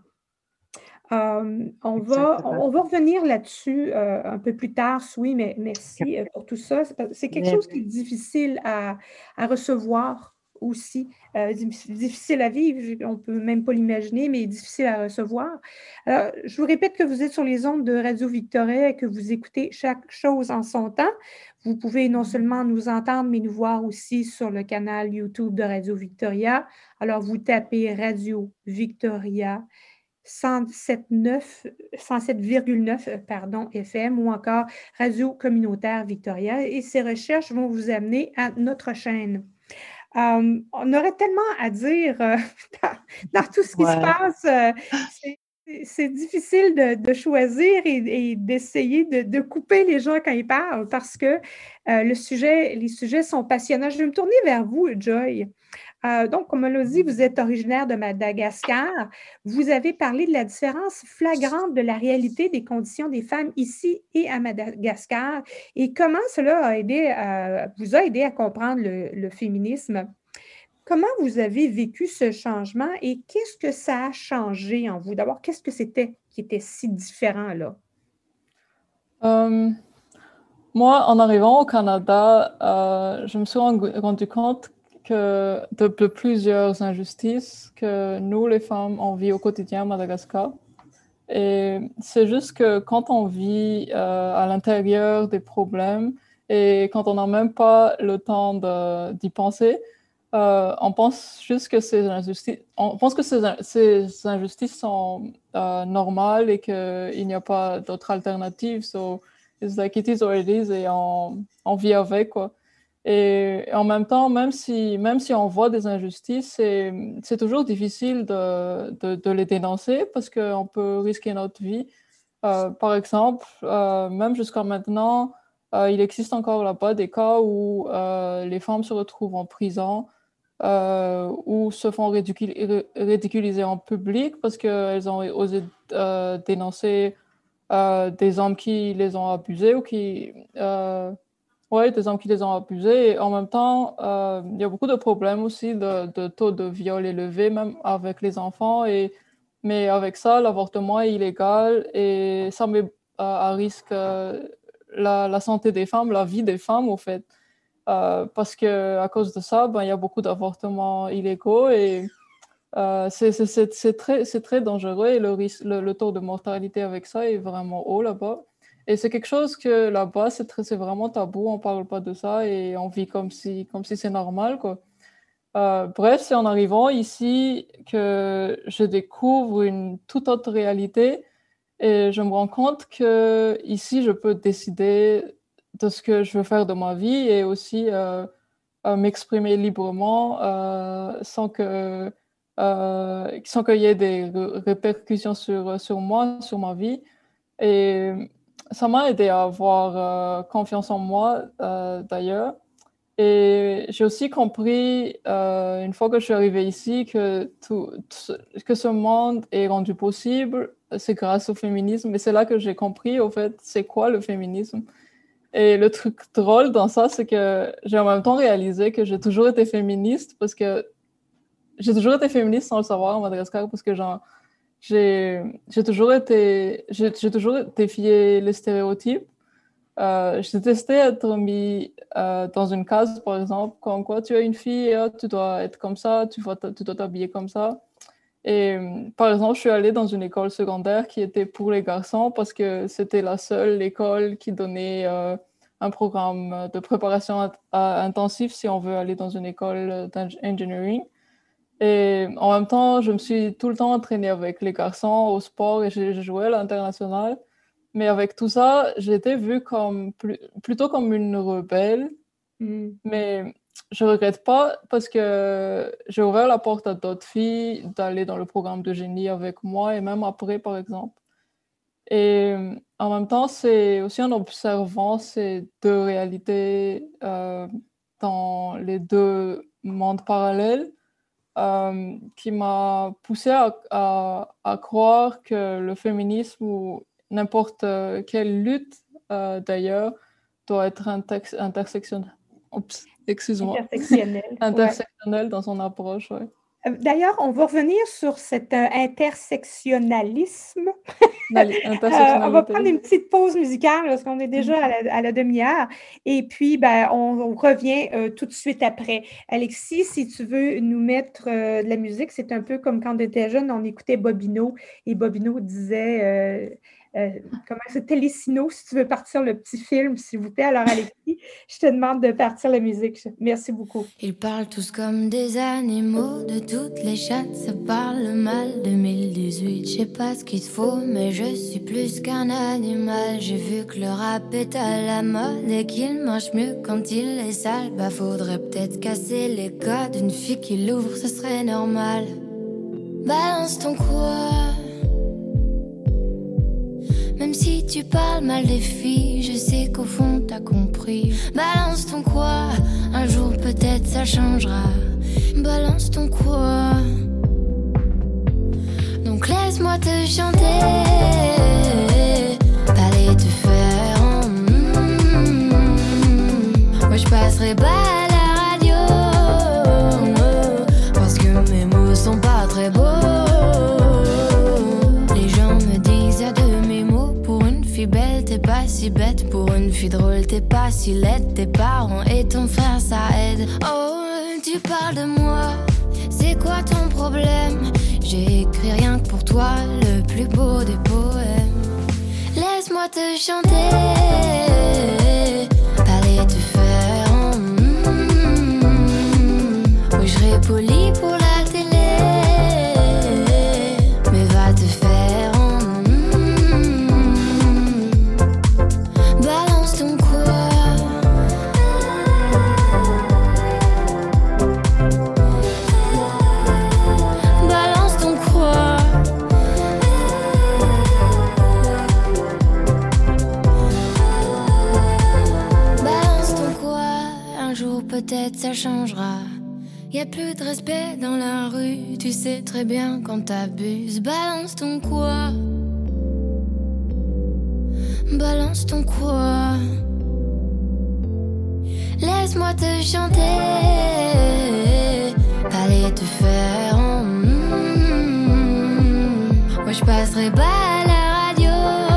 S1: Euh, on, va, on va revenir là-dessus euh, un peu plus tard, oui, mais merci euh, pour tout ça. C'est quelque chose qui est difficile à, à recevoir aussi, euh, difficile à vivre, on ne peut même pas l'imaginer, mais difficile à recevoir. Alors, je vous répète que vous êtes sur les ondes de Radio Victoria et que vous écoutez chaque chose en son temps. Vous pouvez non seulement nous entendre, mais nous voir aussi sur le canal YouTube de Radio Victoria. Alors, vous tapez Radio Victoria cent sept virgule neuf pardon, F M ou encore Radio Communautaire Victoria et ces recherches vont vous amener à notre chaîne. Euh, on aurait tellement à dire euh, dans, dans tout ce qui ouais. se passe. Euh, c'est, c'est difficile de, de choisir et, et d'essayer de, de couper les gens quand ils parlent parce que euh, le sujet, les sujets sont passionnants. Je vais me tourner vers vous, Joy. Euh, donc, comme on l'a dit, vous êtes originaire de Madagascar. Vous avez parlé de la différence flagrante de la réalité des conditions des femmes ici et à Madagascar et comment cela a aidé à, vous a aidé à comprendre le, le féminisme. Comment vous avez vécu ce changement et qu'est-ce que ça a changé en vous? D'abord, qu'est-ce que c'était qui était si différent là?
S5: Euh, moi, en arrivant au Canada, euh, je me suis rendu compte que de, de plusieurs injustices que nous, les femmes, on vit au quotidien à Madagascar. Et c'est juste que quand on vit euh, à l'intérieur des problèmes et quand on n'a même pas le temps de, d'y penser, euh, on pense juste que ces injustices, on pense que ces, ces injustices sont euh, normales et qu'il n'y a pas d'autre alternative. So it's like it is what it is et on, on vit avec, quoi. Et en même temps, même si, même si on voit des injustices, c'est, c'est toujours difficile de, de, de les dénoncer parce qu'on peut risquer notre vie. Euh, par exemple, euh, même jusqu'à maintenant, euh, il existe encore là-bas des cas où euh, les femmes se retrouvent en prison euh, ou se font ridicul- ridiculiser en public parce qu'elles ont osé euh, dénoncer euh, des hommes qui les ont abusées ou qui... Euh, Oui, des hommes qui les ont abusés. Et en même temps, euh, il y a beaucoup de problèmes aussi de, de taux de viol élevé, même avec les enfants. Et, mais avec ça, l'avortement est illégal et ça met à, à risque euh, la, la santé des femmes, la vie des femmes, au fait. Euh, parce qu'à cause de ça, ben, il y a beaucoup d'avortements illégaux et euh, c'est, c'est, c'est, c'est, très, c'est très dangereux et le, risque, le, le taux de mortalité avec ça est vraiment haut là-bas. Et c'est quelque chose que là-bas, c'est, très, c'est vraiment tabou, on ne parle pas de ça et on vit comme si, comme si c'est normal, quoi. Euh, bref, c'est en arrivant ici que je découvre une toute autre réalité et je me rends compte que ici, je peux décider de ce que je veux faire de ma vie et aussi euh, euh, m'exprimer librement euh, sans que, euh, sans qu'il y ait des répercussions sur, sur moi, sur ma vie. Et ça m'a aidé à avoir euh, confiance en moi, euh, d'ailleurs. Et j'ai aussi compris, euh, une fois que je suis arrivée ici, que, tout, que ce monde est rendu possible, c'est grâce au féminisme. Et c'est là que j'ai compris, au fait, c'est quoi le féminisme. Et le truc drôle dans ça, c'est que j'ai en même temps réalisé que j'ai toujours été féministe parce que j'ai toujours été féministe sans le savoir à Madagascar parce que genre, j'ai, j'ai toujours été, j'ai, j'ai toujours défié les stéréotypes. Euh, je détestais être mis euh, dans une case, par exemple, comme quoi tu es une fille, et, oh, tu dois être comme ça, tu, vas tu dois t'habiller comme ça. Et par exemple, je suis allée dans une école secondaire qui était pour les garçons parce que c'était la seule école qui donnait euh, un programme de préparation à, à intensif si on veut aller dans une école d'engineering. Et en même temps, je me suis tout le temps entraînée avec les garçons au sport et j'ai, j'ai joué à l'international. Mais avec tout ça, j'ai été vue comme, plus, plutôt comme une rebelle. Mm. Mais je ne regrette pas parce que j'ai ouvert la porte à d'autres filles d'aller dans le programme de génie avec moi et même après, par exemple. Et en même temps, c'est aussi en observant ces deux réalités euh, dans les deux mondes parallèles euh, qui m'a poussée à, à, à croire que le féminisme ou n'importe quelle lutte, euh, d'ailleurs, doit être interse- intersectionnelle. Oups, excuse-moi.
S1: Intersectionnelle.
S5: Intersectionnelle ouais. Dans son approche, oui.
S1: D'ailleurs, on va revenir sur cet euh, intersectionnalisme.
S5: euh,
S1: on va prendre une petite pause musicale parce qu'on est déjà à la, à la demi-heure. Et puis, ben, on, on revient euh, tout de suite après. Alexis, si tu veux nous mettre euh, de la musique, c'est un peu comme quand on était jeune, on écoutait Bobino et Bobino disait... Euh, Euh, comment c'est Télésino, si tu veux partir le petit film, s'il vous plaît. Alors, Alexis, je te demande de partir la musique. Merci beaucoup.
S7: Ils parlent tous comme des animaux, de toutes les chattes, ça parle mal. deux mille dix-huit, je sais pas ce qu'il te faut, mais je suis plus qu'un animal. J'ai vu que le rap est à la mode et qu'il marche mieux quand il est sale. Bah, faudrait peut-être casser les codes. Une fille qui l'ouvre, ce serait normal. Balance ton quoi. Même si tu parles mal des filles, je sais qu'au fond t'as compris. Balance ton quoi, un jour peut-être ça changera. Balance ton quoi. Donc laisse-moi te chanter, aller te faire en mm-hmm. Moi je passerai pas à la radio, parce que mes mots sont pas très beaux. Les gens me disent à demi mots. Fille belle, t'es pas si bête. Pour une fille drôle, t'es pas si laide. Tes parents et ton frère, ça aide. Oh, tu parles de moi, c'est quoi ton problème? J'ai écrit rien que pour toi, le plus beau des poèmes. Laisse-moi te chanter, aller te faire en mm-hmm. Oui, je serai poli pour la télé, mais va te faire en peut-être ça changera. Y'a plus de respect dans la rue, tu sais très bien quand t'abuses. Balance ton quoi. Balance ton quoi. Laisse-moi te chanter, aller te faire en mm-hmm. Moi je passerai pas à la radio,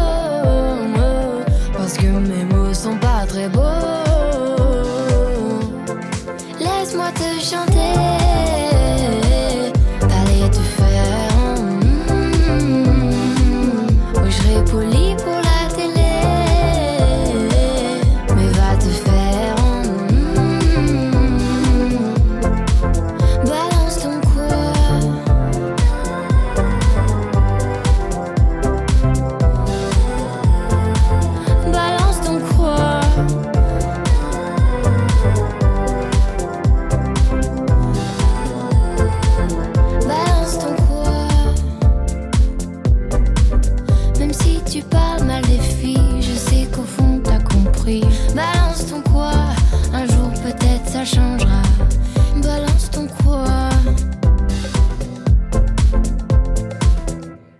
S7: parce que mes mots sont pas très beaux. Laisse-moi te chanter, aller te faire en mm-hmm. Oui, je serai poli pour la télé, mais va te faire en mm-hmm. Balance ton quoi.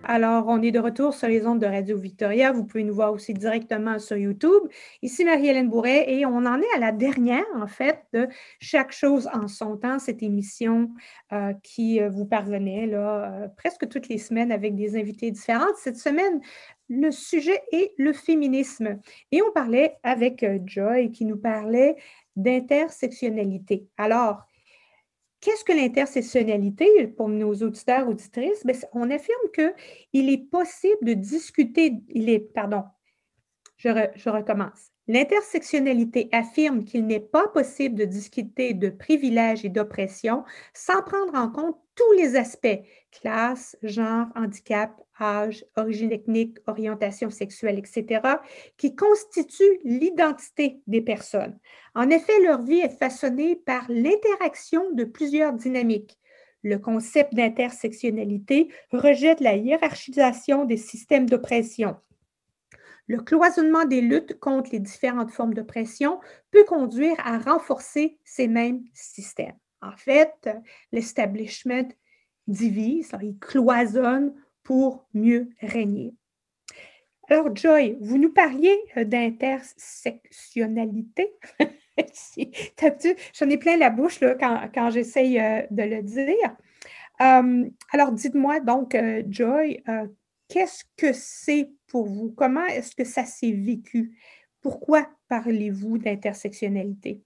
S1: Alors, on est de retour sur les ondes de Radio Victoria. Vous pouvez nous voir aussi directement sur YouTube. Ici Marie-Hélène Bourret et on en est à la dernière, en fait, de Chaque chose en son temps, cette émission euh, qui vous parvenait là, euh, presque toutes les semaines avec des invités différentes. Cette semaine, le sujet est le féminisme. Et on parlait avec euh, Joy qui nous parlait d'intersectionnalité. Alors, qu'est-ce que l'intersectionnalité pour nos auditeurs, auditrices? Bien, on affirme qu'il est possible de discuter, il est, pardon, je, re, je recommence. L'intersectionnalité affirme qu'il n'est pas possible de discuter de privilèges et d'oppression sans prendre en compte tous les aspects, classe, genre, handicap, âge, origine ethnique, orientation sexuelle, et cetera, qui constituent l'identité des personnes. En effet, leur vie est façonnée par l'interaction de plusieurs dynamiques. Le concept d'intersectionnalité rejette la hiérarchisation des systèmes d'oppression. Le cloisonnement des luttes contre les différentes formes d'oppression peut conduire à renforcer ces mêmes systèmes. En fait, l'establishment divise, il cloisonne pour mieux régner. Alors, Joy, vous nous parliez d'intersectionnalité. J'en ai plein la bouche là, quand, quand j'essaye euh, de le dire. Euh, alors, dites-moi donc, euh, Joy, euh, qu'est-ce que c'est pour vous? Comment est-ce que ça s'est vécu? Pourquoi parlez-vous d'intersectionnalité?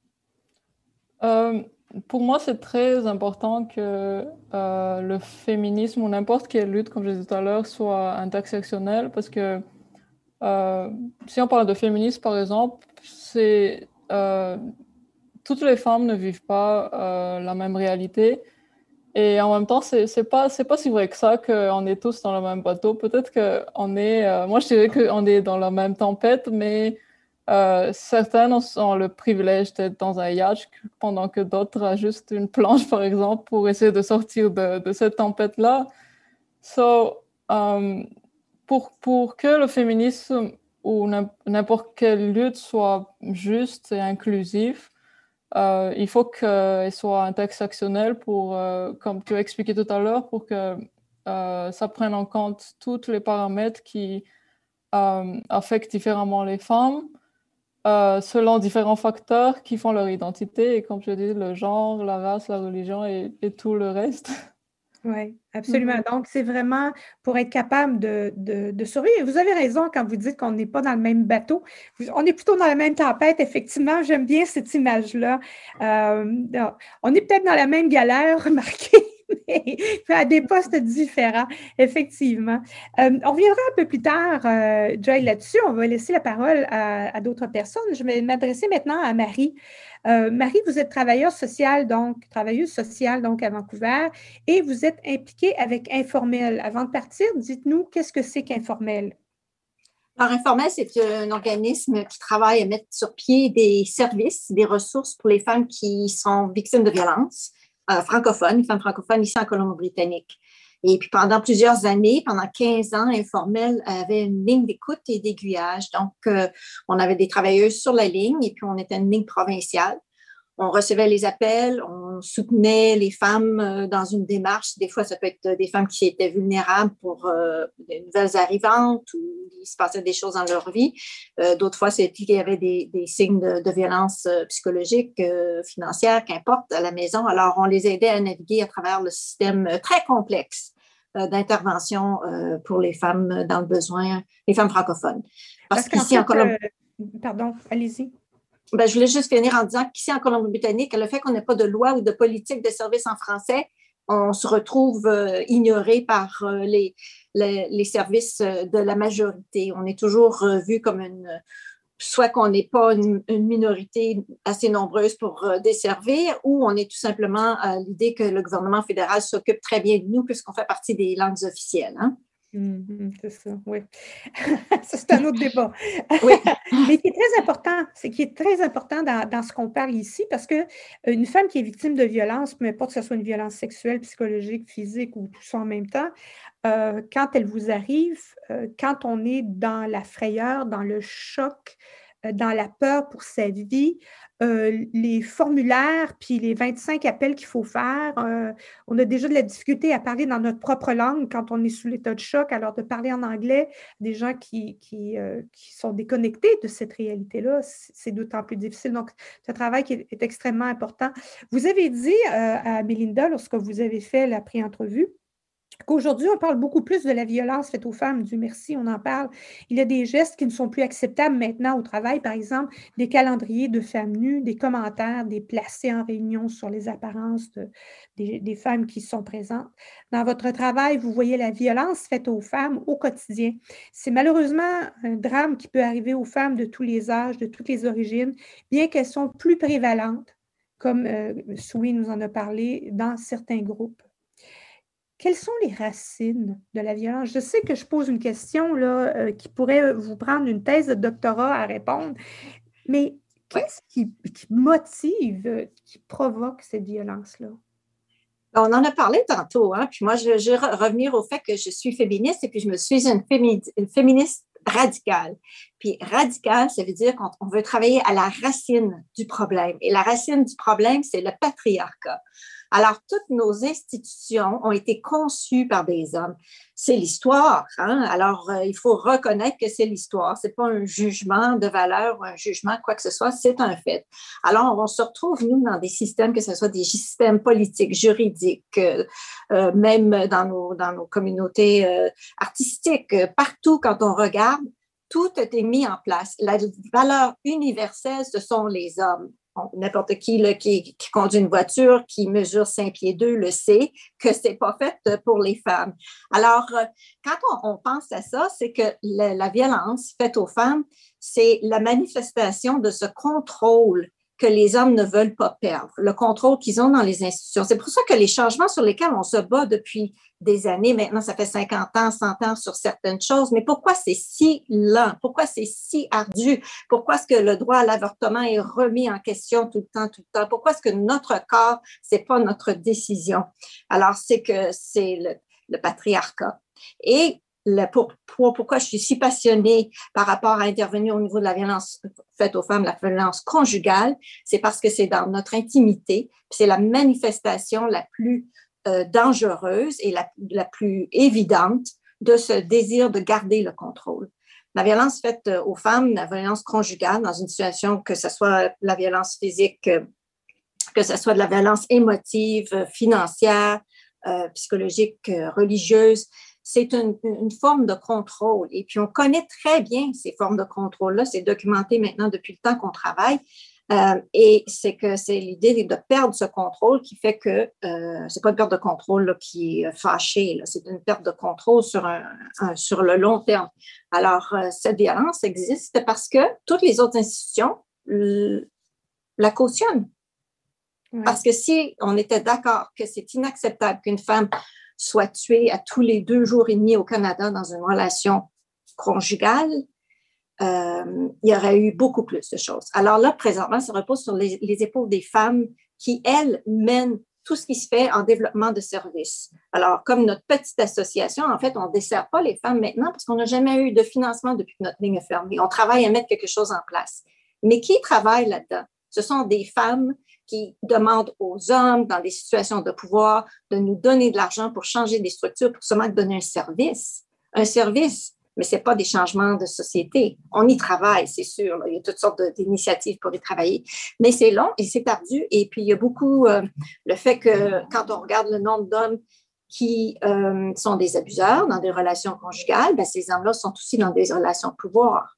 S5: Euh, pour moi, c'est très important que euh, le féminisme ou n'importe quelle lutte, comme je disais tout à l'heure, soit intersectionnelle parce que euh, si on parle de féminisme, par exemple, c'est, euh, toutes les femmes ne vivent pas euh, la même réalité. Et en même temps, c'est, c'est pas, c'est pas si vrai que ça qu'on est tous dans le même bateau. Peut-être qu'on est, euh, moi je dirais qu'on est dans la même tempête, mais euh, certaines ont le privilège d'être dans un yacht pendant que d'autres ont juste une planche, par exemple, pour essayer de sortir de, de cette tempête-là. So, um, pour, pour que le féminisme ou n'importe quelle lutte soit juste et inclusive, Euh, il faut qu'elle soit intersectionnelle pour, euh, comme tu as expliqué tout à l'heure, pour que euh, ça prenne en compte tous les paramètres qui euh, affectent différemment les femmes, euh, selon différents facteurs qui font leur identité, et comme je dis, le genre, la race, la religion et, et tout le reste.
S1: Oui, absolument. Mm-hmm. Donc, c'est vraiment pour être capable de, de, de survivre. Vous avez raison quand vous dites qu'on n'est pas dans le même bateau. On est plutôt dans la même tempête, effectivement. J'aime bien cette image-là. Euh, on est peut-être dans la même galère, remarquez, mais à des postes différents, effectivement. Euh, on reviendra un peu plus tard, euh, Joy, là-dessus. On va laisser la parole à, à d'autres personnes. Je vais m'adresser maintenant à Marie. Euh, Marie, vous êtes travailleuse sociale, donc travailleuse sociale donc à Vancouver, et vous êtes impliquée avec Informel. Avant de partir, dites-nous qu'est-ce que c'est qu'Informel?
S6: Alors, Informel, c'est un organisme qui travaille à mettre sur pied des services, des ressources pour les femmes qui sont victimes de violences euh, francophones, les femmes francophones ici en Colombie-Britannique. Et puis, pendant plusieurs années, pendant quinze ans, Informel avait une ligne d'écoute et d'aiguillage. Donc, euh, on avait des travailleuses sur la ligne et puis on était une ligne provinciale. On recevait les appels, on soutenait les femmes dans une démarche. Des fois, ça peut être des femmes qui étaient vulnérables pour euh, des nouvelles arrivantes ou il se passait des choses dans leur vie. Euh, d'autres fois, c'était qu'il y avait des, des signes de, de violence psychologique, euh, financière, qu'importe, à la maison. Alors, on les aidait à naviguer à travers le système très complexe euh, d'intervention euh, pour les femmes dans le besoin, les femmes francophones.
S1: Parce, Parce qu'ici, en Colombie... Euh, pardon, allez-y.
S6: Ben, je voulais juste finir en disant qu'ici, en Colombie-Britannique, le fait qu'on n'ait pas de loi ou de politique de service en français, on se retrouve euh, ignoré par euh, les, les, les services de la majorité. On est toujours euh, vu comme une... soit qu'on n'est pas une, une minorité assez nombreuse pour euh, desservir, ou on est tout simplement à l'idée que le gouvernement fédéral s'occupe très bien de nous puisqu'on fait partie des langues officielles. Hein?
S1: Mmh, c'est ça, oui. Ça, c'est un autre débat.
S6: Oui.
S1: Mais qui est très important, c'est qui est très important dans, dans ce qu'on parle ici, parce qu'une femme qui est victime de violence, peu importe que ce soit une violence sexuelle, psychologique, physique ou tout ça en même temps, euh, quand elle vous arrive, euh, quand on est dans la frayeur, dans le choc, euh, dans la peur pour sa vie, euh, les formulaires puis les vingt-cinq appels qu'il faut faire, euh, on a déjà de la difficulté à parler dans notre propre langue quand on est sous l'état de choc, alors de parler en anglais, des gens qui, qui, euh, qui sont déconnectés de cette réalité-là, c'est d'autant plus difficile. Donc, ce travail qui est, est extrêmement important. Vous avez dit euh, à Mélinda, lorsque vous avez fait la pré-entrevue, qu'aujourd'hui, on parle beaucoup plus de la violence faite aux femmes. Dieu merci, on en parle. Il y a des gestes qui ne sont plus acceptables maintenant au travail, par exemple, des calendriers de femmes nues, des commentaires déplacés en réunion sur les apparences de, des, des femmes qui sont présentes. Dans votre travail, vous voyez la violence faite aux femmes au quotidien. C'est malheureusement un drame qui peut arriver aux femmes de tous les âges, de toutes les origines, bien qu'elles sont plus prévalentes, comme euh, Sui nous en a parlé, dans certains groupes. Quelles sont les racines de la violence? Je sais que je pose une question là, euh, qui pourrait vous prendre une thèse de doctorat à répondre, mais qu'est-ce qui, qui motive, euh, qui provoque cette violence-là?
S6: On en a parlé tantôt, hein? Puis moi, je, je vais revenir au fait que je suis féministe et puis je me suis une, fémi une féministe radicale. Puis radicale, ça veut dire qu'on veut travailler à la racine du problème. Et la racine du problème, c'est le patriarcat. Alors, toutes nos institutions ont été conçues par des hommes. C'est l'histoire, hein? Alors, euh, il faut reconnaître que c'est l'histoire. C'est pas un jugement de valeur ou un jugement quoi que ce soit, c'est un fait. Alors, on se retrouve, nous, dans des systèmes, que ce soit des systèmes politiques, juridiques, euh, euh, même dans nos, dans nos communautés euh, artistiques, euh, partout, quand on regarde, tout a été mis en place. La valeur universelle, ce sont les hommes. N'importe qui, là, qui qui conduit une voiture, qui mesure cinq pieds deux, le sait que c'est pas fait pour les femmes. Alors, quand on, on pense à ça, c'est que la, la violence faite aux femmes, c'est la manifestation de ce contrôle que les hommes ne veulent pas perdre, le contrôle qu'ils ont dans les institutions. C'est pour ça que les changements sur lesquels on se bat depuis des années, maintenant ça fait cinquante ans, cent ans sur certaines choses, mais pourquoi c'est si lent? Pourquoi c'est si ardu? Pourquoi est-ce que le droit à l'avortement est remis en question tout le temps, tout le temps? Pourquoi est-ce que notre corps, c'est pas notre décision? Alors, c'est que c'est le, le patriarcat. Et Le, pour, pour, pourquoi je suis si passionnée par rapport à intervenir au niveau de la violence faite aux femmes, la violence conjugale, c'est parce que c'est dans notre intimité, c'est la manifestation la plus euh, dangereuse et la, la plus évidente de ce désir de garder le contrôle. La violence faite aux femmes, la violence conjugale dans une situation, que ce soit la violence physique, que ce soit de la violence émotive, financière, euh, psychologique, euh, religieuse, c'est une, une forme de contrôle. Et puis, on connaît très bien ces formes de contrôle-là. C'est documenté maintenant depuis le temps qu'on travaille. Euh, et c'est que c'est l'idée de perdre ce contrôle qui fait que euh, c'est pas une perte de contrôle là, qui est fâchée, là. C'est une perte de contrôle sur, un, un, sur le long terme. Alors, euh, cette violence existe parce que toutes les autres institutions la cautionnent. Ouais. Parce que si on était d'accord que c'est inacceptable qu'une femme soit tuée à tous les deux jours et demi au Canada dans une relation conjugale, euh, il y aurait eu beaucoup plus de choses. Alors là, présentement, ça repose sur les, les épaules des femmes qui, elles, mènent tout ce qui se fait en développement de services. Alors, comme notre petite association, en fait, on ne dessert pas les femmes maintenant parce qu'on n'a jamais eu de financement depuis que notre ligne est fermée. On travaille à mettre quelque chose en place. Mais qui travaille là-dedans? Ce sont des femmes qui demandent aux hommes, dans des situations de pouvoir, de nous donner de l'argent pour changer des structures, pour seulement donner un service. Un service, mais ce n'est pas des changements de société. On y travaille, c'est sûr. Là. Il y a toutes sortes d'initiatives pour y travailler. Mais c'est long et c'est ardu. Et puis, il y a beaucoup euh, le fait que quand on regarde le nombre d'hommes qui euh, sont des abuseurs dans des relations conjugales, ben, ces hommes-là sont aussi dans des relations de pouvoir.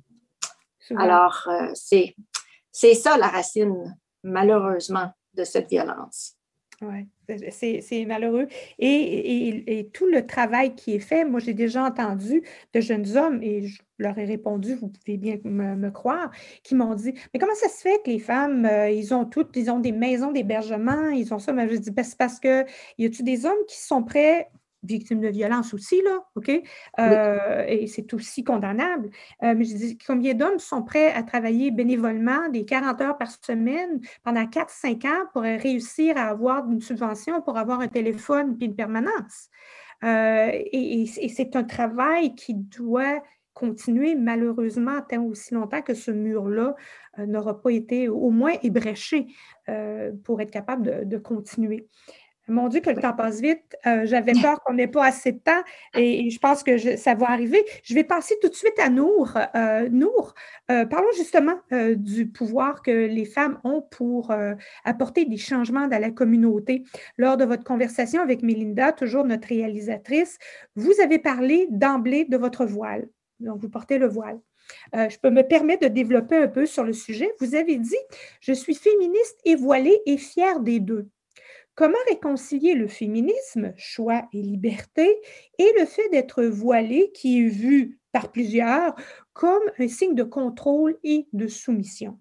S6: Alors, euh, c'est, c'est ça la racine, malheureusement, de cette violence.
S1: Oui, c'est, c'est malheureux. Et, et, et tout le travail qui est fait, moi, j'ai déjà entendu de jeunes hommes, et je leur ai répondu, vous pouvez bien me, me croire, qui m'ont dit, mais comment ça se fait que les femmes, euh, ils ont toutes, ils ont des maisons d'hébergement, ils ont ça, mais je dis, ben, c'est parce que, y a-t-il des hommes qui sont prêts, victimes de violence aussi, là, OK? Euh, oui. Et c'est aussi condamnable. Euh, mais je dis, combien d'hommes sont prêts à travailler bénévolement des quarante heures par semaine pendant quatre à cinq ans pour réussir à avoir une subvention, pour avoir un téléphone puis une permanence? Euh, et, et, et c'est un travail qui doit continuer malheureusement tant aussi longtemps que ce mur-là euh, n'aura pas été au moins ébréché euh, pour être capable de, de continuer. Mon Dieu, que le temps passe vite. Euh, j'avais peur qu'on n'ait pas assez de temps et, et je pense que je, ça va arriver. Je vais passer tout de suite à Nour. Euh, Nour, euh, parlons justement euh, du pouvoir que les femmes ont pour euh, apporter des changements dans la communauté. Lors de votre conversation avec Mélinda, toujours notre réalisatrice, vous avez parlé d'emblée de votre voile. Donc, vous portez le voile. Euh, je peux me permettre de développer un peu sur le sujet. Vous avez dit, je suis féministe et voilée et fière des deux. Comment réconcilier le féminisme, choix et liberté, et le fait d'être voilé qui est vu par plusieurs comme un signe de contrôle et de soumission?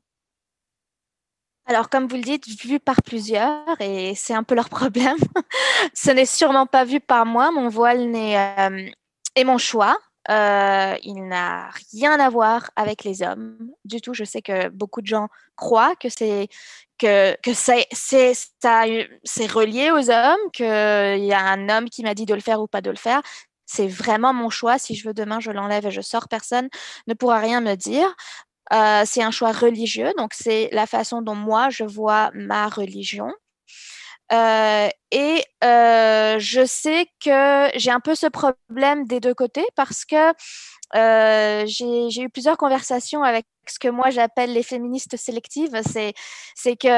S3: Alors, comme vous le dites, vu par plusieurs, et c'est un peu leur problème. Ce n'est sûrement pas vu par moi. Mon voile n'est, euh, est mon choix. Euh, il n'a rien à voir avec les hommes du tout. Je sais que beaucoup de gens croient que c'est que, que c'est, c'est, ça, c'est relié aux hommes, qu'il y a un homme qui m'a dit de le faire ou pas de le faire. C'est vraiment mon choix. Si je veux demain, je l'enlève et je sors. Personne ne pourra rien me dire. Euh, c'est un choix religieux, donc c'est la façon dont moi je vois ma religion. Euh, et euh, je sais que j'ai un peu ce problème des deux côtés parce que euh, j'ai, j'ai eu plusieurs conversations avec ce que moi j'appelle les féministes sélectives. C'est, c'est que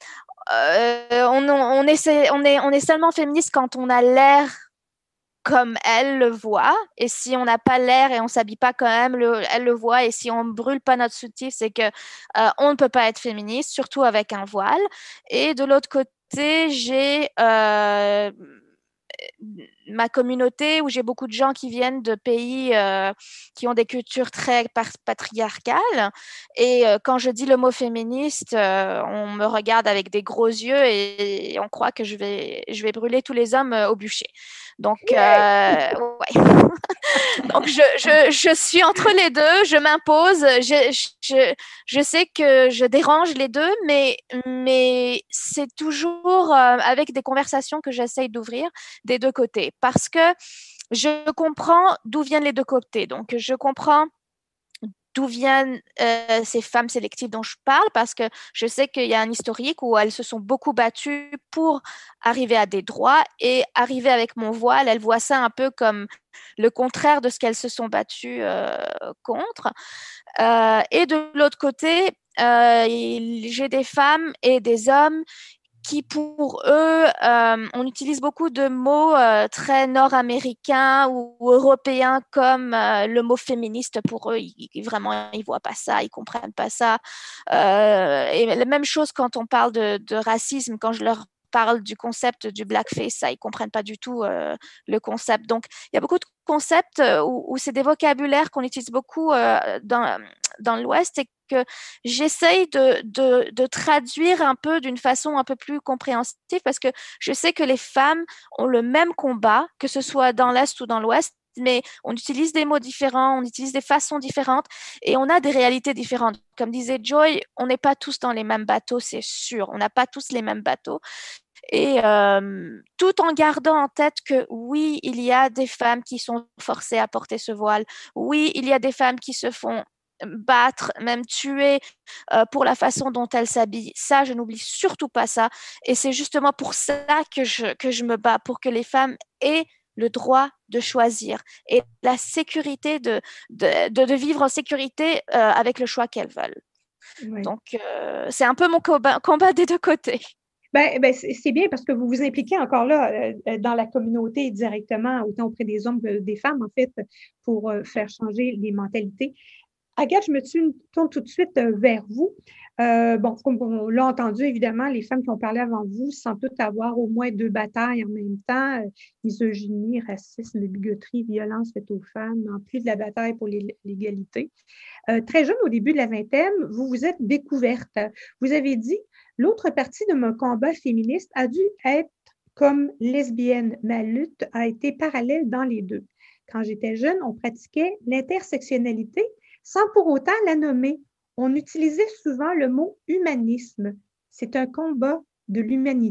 S3: euh, on, on, essaie, on, est, on est seulement féministe quand on a l'air comme elle le voit, et si on n'a pas l'air et on s'habille pas quand même, le, elle le voit, et si on brûle pas notre soutif, c'est que euh, on ne peut pas être féministe, surtout avec un voile. Et de l'autre côté, j'ai euh, ma communauté où j'ai beaucoup de gens qui viennent de pays euh, qui ont des cultures très patriarcales. Et euh, quand je dis le mot féministe, euh, on me regarde avec des gros yeux et, et on croit que je vais, je vais brûler tous les hommes euh, au bûcher. Donc, euh, ouais. Donc je, je, je suis entre les deux, je m'impose, je, je, je sais que je dérange les deux, mais, mais c'est toujours euh, avec des conversations que j'essaye d'ouvrir des deux côtés, parce que je comprends d'où viennent les deux côtés. Donc, je comprends d'où viennent euh, ces femmes sélectives dont je parle, parce que je sais qu'il y a un historique où elles se sont beaucoup battues pour arriver à des droits, et arriver avec mon voile, elles voient ça un peu comme le contraire de ce qu'elles se sont battues euh, contre. Euh, et de l'autre côté, euh, j'ai des femmes et des hommes qui, pour eux, euh, on utilise beaucoup de mots euh, très nord-américains ou, ou européens, comme euh, le mot féministe. Pour eux, ils, ils, vraiment, ils ne voient pas ça, ils ne comprennent pas ça. Euh, et la même chose quand on parle de, de racisme, quand je leur parle du concept du blackface, ça, ils ne comprennent pas du tout euh, le concept. Donc, il y a beaucoup de concepts où, où c'est des vocabulaires qu'on utilise beaucoup euh, dans, dans l'Ouest, et que j'essaye de, de, de traduire un peu d'une façon un peu plus compréhensive, parce que je sais que les femmes ont le même combat, que ce soit dans l'Est ou dans l'Ouest, mais on utilise des mots différents, on utilise des façons différentes, et on a des réalités différentes. Comme disait Joy, on n'est pas tous dans les mêmes bateaux, c'est sûr. On n'a pas tous les mêmes bateaux. Et euh, tout en gardant en tête que oui, il y a des femmes qui sont forcées à porter ce voile. Oui, il y a des femmes qui se font battre, même tuer euh, pour la façon dont elles s'habillent. Ça, je n'oublie surtout pas ça. Et c'est justement pour ça que je, que je me bats, pour que les femmes aient le droit de choisir et la sécurité de, de, de, de vivre en sécurité euh, avec le choix qu'elles veulent. Oui. Donc, euh, c'est un peu mon combat, combat des deux côtés.
S1: Ben, ben, c'est bien parce que vous vous impliquez encore là euh, dans la communauté directement, autant auprès des hommes que des femmes, en fait, pour euh, faire changer les mentalités. Agathe, je me tourne tout de suite euh, vers vous. Euh, bon, comme on l'a entendu, évidemment, les femmes qui ont parlé avant vous semblent toutes avoir au moins deux batailles en même temps, euh, misogynie, racisme, bigoterie, violence faite aux femmes, en plus de la bataille pour l'égalité. Euh, très jeune, au début de la vingtaine, vous vous êtes découverte. Vous avez dit, l'autre partie de mon combat féministe a dû être comme lesbienne. Ma lutte a été parallèle dans les deux. Quand j'étais jeune, on pratiquait l'intersectionnalité sans pour autant la nommer. On utilisait souvent le mot humanisme. C'est un combat de l'humanité.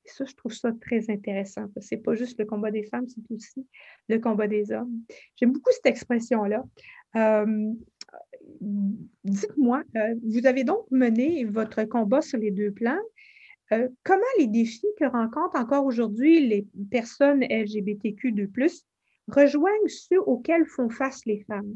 S1: Et ça, je trouve ça très intéressant. C'est pas juste le combat des femmes, c'est aussi le combat des hommes. J'aime beaucoup cette expression-là. Euh, dites-moi, euh, vous avez donc mené votre combat sur les deux plans. Euh, comment les défis que rencontrent encore aujourd'hui les personnes L G B T Q deux plus, rejoignent ceux auxquels font face les femmes?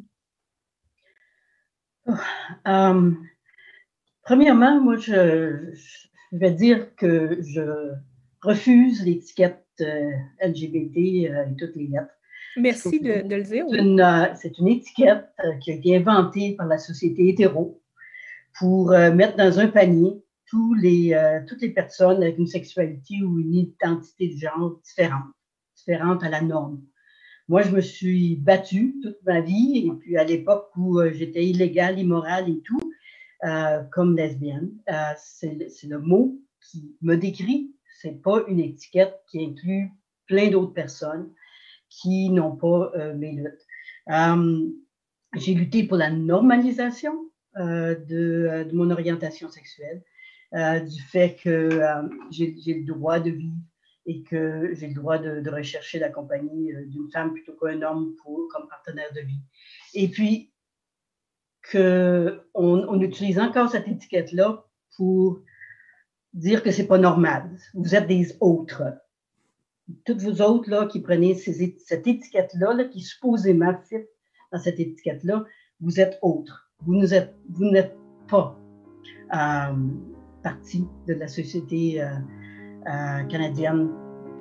S4: Oh, euh, premièrement, moi, je, je vais dire que je refuse l'étiquette euh, L G B T euh, et toutes les lettres.
S1: Merci de, de le dire.
S4: C'est une, euh, c'est une étiquette euh, qui a été inventée par la société hétéro pour euh, mettre dans un panier tous les, euh, toutes les personnes avec une sexualité ou une identité de genre différente, différente à la norme. Moi, je me suis battue toute ma vie, et puis à l'époque où euh, j'étais illégale, immorale et tout, euh, comme lesbienne, euh, c'est, c'est le mot qui me décrit. C'est pas une étiquette qui inclut plein d'autres personnes qui n'ont pas euh, mes luttes. Euh, j'ai lutté pour la normalisation euh, de, de mon orientation sexuelle. Euh, du fait que euh, j'ai, j'ai le droit de vivre et que j'ai le droit de, de rechercher la compagnie euh, d'une femme plutôt qu'un homme pour, comme partenaire de vie. Et puis, qu'on on utilise encore cette étiquette-là pour dire que c'est pas normal. Vous êtes des autres. Toutes vous autres là, qui prenez ces, cette étiquette-là, là, qui supposément fit dans cette étiquette-là, vous êtes autres. Vous, nous êtes, vous n'êtes pas euh, partie de la société euh, euh, canadienne.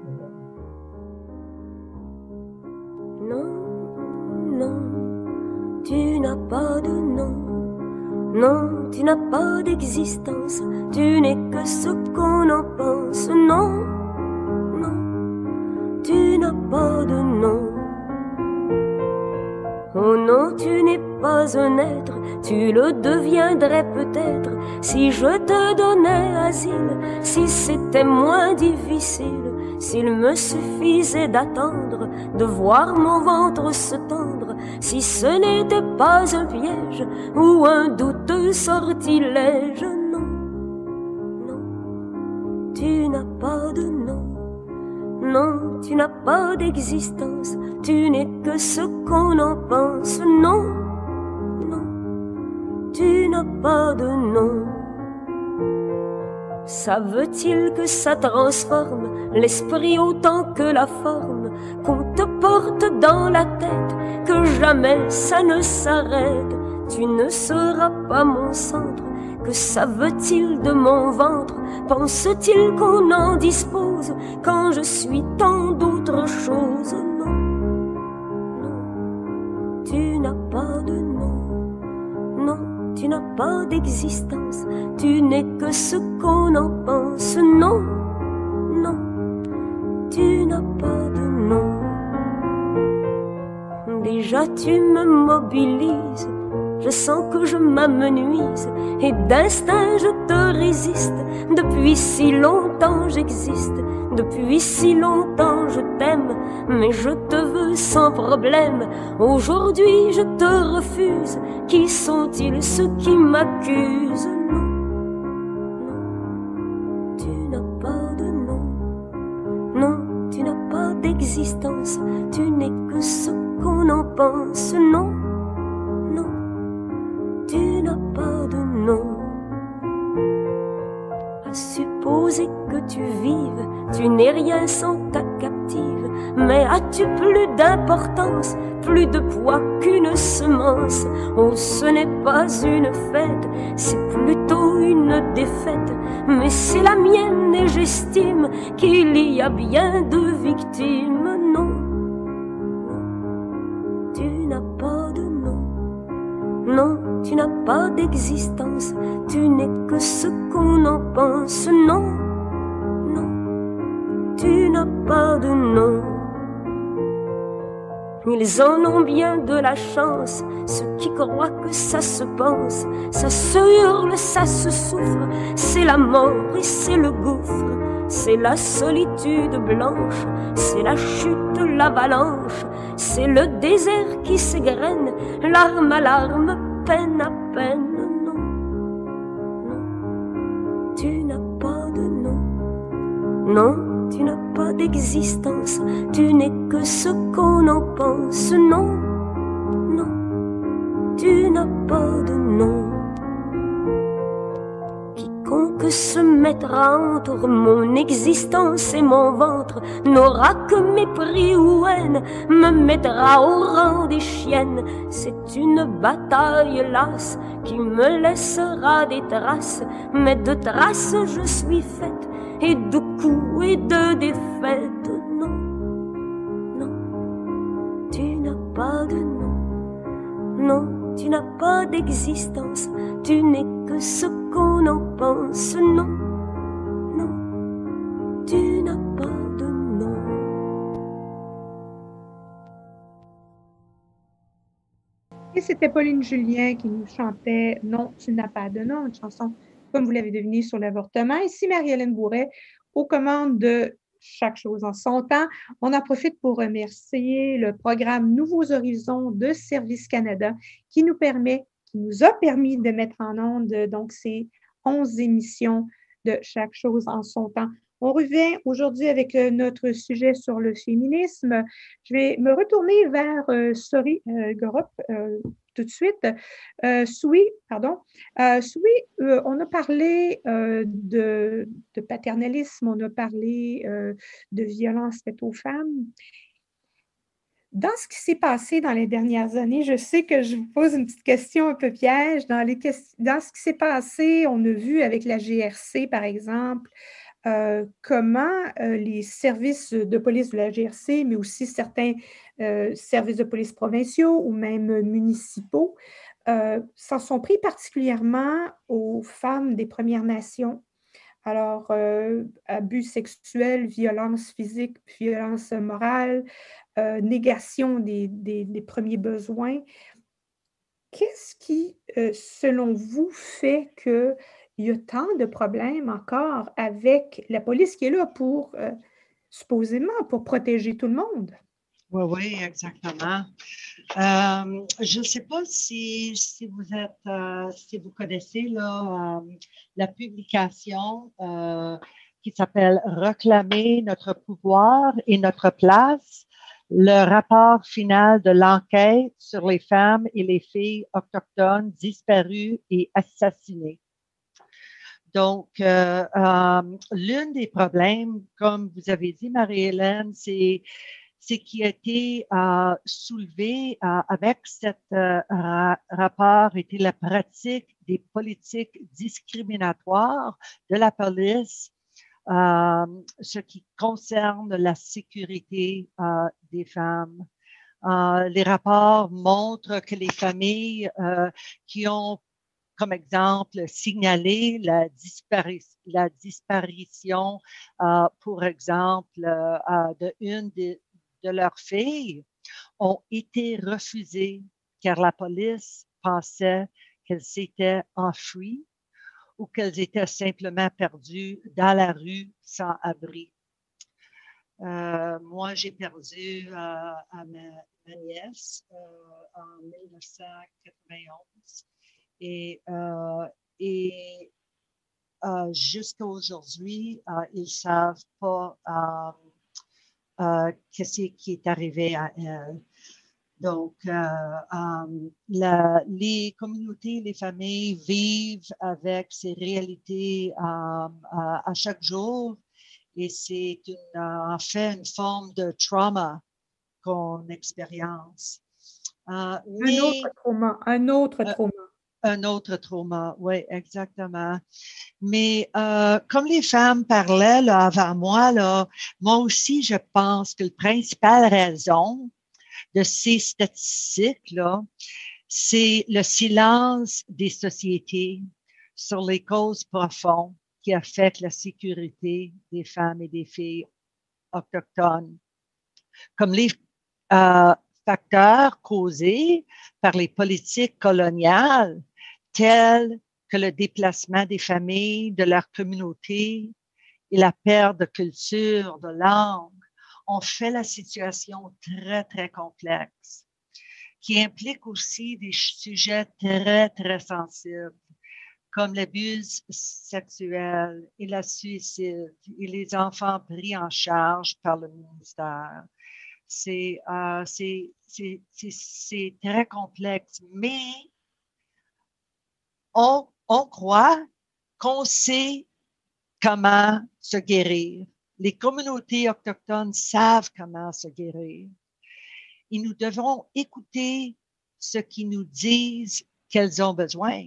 S8: Non, non, tu n'as pas de nom. Non, tu n'as pas d'existence. Tu n'es que ce qu'on en pense. Non, non, tu n'as pas de nom. Oh non, tu n'es pas un être, tu le deviendrais peut-être si je te donnais asile, si c'était moins difficile, s'il me suffisait d'attendre, de voir mon ventre se tendre, si ce n'était pas un piège ou un douteux sortilège. Non, non, tu n'as pas de nom. Non, tu n'as pas d'existence, tu n'es que ce qu'on en pense. Non, non, tu n'as pas de nom. Ça veut-il que ça transforme l'esprit autant que la forme, qu'on te porte dans la tête, que jamais ça ne s'arrête? Tu ne seras pas mon centre. Que savent-ils de mon ventre? Pense-t-il qu'on en dispose quand je suis tant d'autres choses? Non, non, tu n'as pas de nom. Non, tu n'as pas d'existence. Tu n'es que ce qu'on en pense. Non, non, tu n'as pas de nom. Déjà tu me mobilises. Je sens que je m'amenuise et d'instinct je te résiste. Depuis si longtemps j'existe, depuis si longtemps je t'aime, mais je te veux sans problème. Aujourd'hui je te refuse. Qui sont-ils ceux qui m'accusent? Non, non, tu n'as pas de nom. Non, tu n'as pas d'existence. Tu n'es que ce qu'on en pense. Non, tu n'as pas de nom. À supposer que tu vives, tu n'es rien sans ta captive. Mais as-tu plus d'importance, plus de poids qu'une semence? Oh, ce n'est pas une fête, c'est plutôt une défaite. Mais c'est la mienne et j'estime qu'il y a bien de victimes. Non, non, tu n'as pas de nom. Non, tu n'as pas d'existence, tu n'es que ce qu'on en pense. Non, non, tu n'as pas de nom. Ils en ont bien de la chance, ceux qui croient que ça se pense. Ça se hurle, ça se souffre, c'est la mort et c'est le gouffre. C'est la solitude blanche, c'est la chute, l'avalanche. C'est le désert qui s'égrène, larme à larme, peine à peine. Non, non, tu n'as pas de nom. Non, tu n'as pas d'existence, tu n'es que ce qu'on en pense. Non, non, tu n'as pas de nom. Quiconque se mettra entre mon existence et mon ventre n'aura que mépris ou haine, me mettra au rang des chiennes. C'est une bataille lasse qui me laissera des traces, mais de traces je suis faite, et de coups et de défaites. Non, non, tu n'as pas de nom. Non, tu n'as pas d'existence, tu n'es que ce qu'on en pense. Non, non, tu n'as pas de nom.
S1: Et c'était Pauline Julien qui nous chantait « Non, tu n'as pas de nom », une chanson, comme vous l'avez deviné, sur l'avortement. Ici, Marie-Hélène Bourret, aux commandes de Chaque chose en son temps. On en profite pour remercier le programme Nouveaux Horizons de Service Canada qui nous permet, qui nous a permis de mettre en onde donc ces onze émissions de Chaque chose en son temps. On revient aujourd'hui avec notre sujet sur le féminisme. Je vais me retourner vers euh, Sori euh, Gorop euh, tout de suite. Euh, Soui, pardon. Euh, Soui, euh, on a parlé euh, de, de paternalisme, on a parlé euh, de violence faite aux femmes. Dans ce qui s'est passé dans les dernières années, je sais que je vous pose une petite question un peu piège. Dans, les, dans ce qui s'est passé, on a vu avec la G R C, par exemple, Euh, comment euh, les services de police de la G R C, mais aussi certains euh, services de police provinciaux ou même municipaux, euh, s'en sont pris particulièrement aux femmes des Premières Nations. Alors, euh, abus sexuels, violence physique, violence morale, euh, négation des, des, des premiers besoins. Qu'est-ce qui, euh, selon vous, fait que il y a tant de problèmes encore avec la police qui est là pour, euh, supposément, pour protéger tout le monde?
S2: Oui, oui, exactement. Euh, je ne sais pas si, si vous êtes, euh, si vous connaissez là, euh, la publication euh, qui s'appelle « Reclamer notre pouvoir et notre place », le rapport final de l'enquête sur les femmes et les filles autochtones disparues et assassinées. Donc, euh, euh, l'un des problèmes, comme vous avez dit, Marie-Hélène, c'est, c'est qui a été euh, soulevé euh, avec cet euh, ra- rapport était la pratique des politiques discriminatoires de la police, euh, ce qui concerne la sécurité euh, des femmes. Euh, les rapports montrent que les familles euh, qui ont comme exemple, signaler la, dispari la disparition, euh, pour exemple, euh, de une de, de leurs filles, ont été refusées car la police pensait qu'elles s'étaient enfuies ou qu'elles étaient simplement perdues dans la rue sans abri. Euh, moi, j'ai perdu euh, à ma, ma nièce euh, en mille neuf cent quatre-vingt-onze. Et, euh, et euh, jusqu'à aujourd'hui, euh, ils ne savent pas euh, euh, qu'est-ce qui est arrivé à elle. Donc, euh, euh, la, les communautés, les familles vivent avec ces réalités euh, à, à chaque jour et c'est une, euh, en fait une forme de trauma qu'on expérience. Euh, mais,
S1: un autre trauma, un autre
S2: euh,
S1: trauma.
S2: Un autre trauma, oui, exactement. Mais euh, comme les femmes parlaient là, avant moi, là, moi aussi, je pense que la principale raison de ces statistiques-là, c'est le silence des sociétés sur les causes profondes qui affectent la sécurité des femmes et des filles autochtones. Comme les euh, facteurs causés par les politiques coloniales, tels que le déplacement des familles de leur communauté et la perte de culture, de langue, ont fait la situation très, très complexe, qui implique aussi des sujets très, très sensibles, comme l'abus sexuel et le suicide et les enfants pris en charge par le ministère. C'est, euh, c'est, c'est, c'est, c'est très complexe, mais on, on croit qu'on sait comment se guérir. Les communautés autochtones savent comment se guérir. Et nous devons écouter ce qu'ils nous disent qu'elles ont besoin.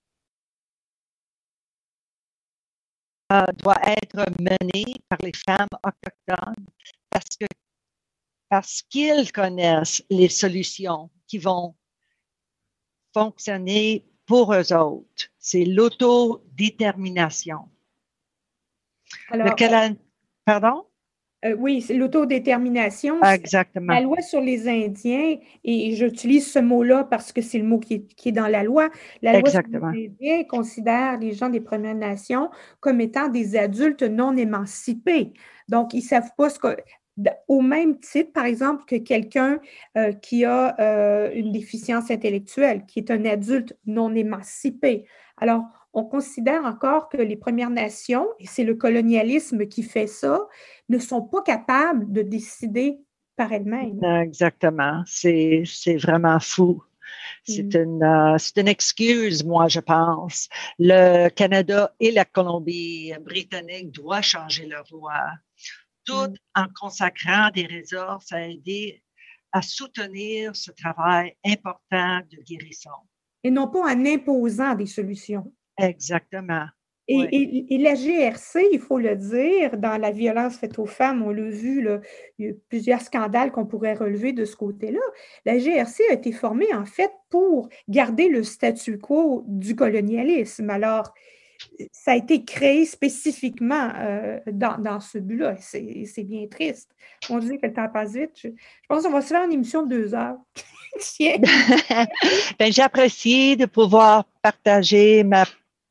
S2: Euh, doit être mené par les femmes autochtones parce que parce qu'ils connaissent les solutions qui vont fonctionner pour eux autres. C'est l'autodétermination.
S1: Alors,
S2: Le Canada, pardon?
S1: Euh, oui, c'est l'autodétermination.
S2: Ah, exactement.
S1: La loi sur les Indiens, et j'utilise ce mot-là parce que c'est le mot qui est, qui est dans la loi. La loi
S2: exactement.
S1: sur les Indiens considère les gens des Premières Nations comme étant des adultes non émancipés. Donc, ils ne savent pas ce que... Au même titre, par exemple, que quelqu'un euh, qui a euh, une déficience intellectuelle, qui est un adulte non émancipé. Alors, on considère encore que les Premières Nations, et c'est le colonialisme qui fait ça, ne sont pas capables de décider par elles-mêmes.
S2: Exactement. C'est, c'est vraiment fou. C'est, mm. une, uh, c'est une excuse, moi, je pense. Le Canada et la Colombie-Britannique doivent changer leur loi, tout mm. en consacrant des ressources à aider à soutenir ce travail important de guérison.
S1: Et non pas en imposant des solutions.
S2: Exactement.
S1: Et,
S2: oui.
S1: et, et la G R C, il faut le dire, dans la violence faite aux femmes, on l'a vu, là, il y a plusieurs scandales qu'on pourrait relever de ce côté-là. La G R C a été formée, en fait, pour garder le statu quo du colonialisme. Alors, ça a été créé spécifiquement euh, dans, dans ce but-là. C'est, c'est bien triste. On dit que le temps passe vite. Je, je pense qu'on va se faire une émission de deux heures.
S2: Ben, j'apprécie de pouvoir partager ma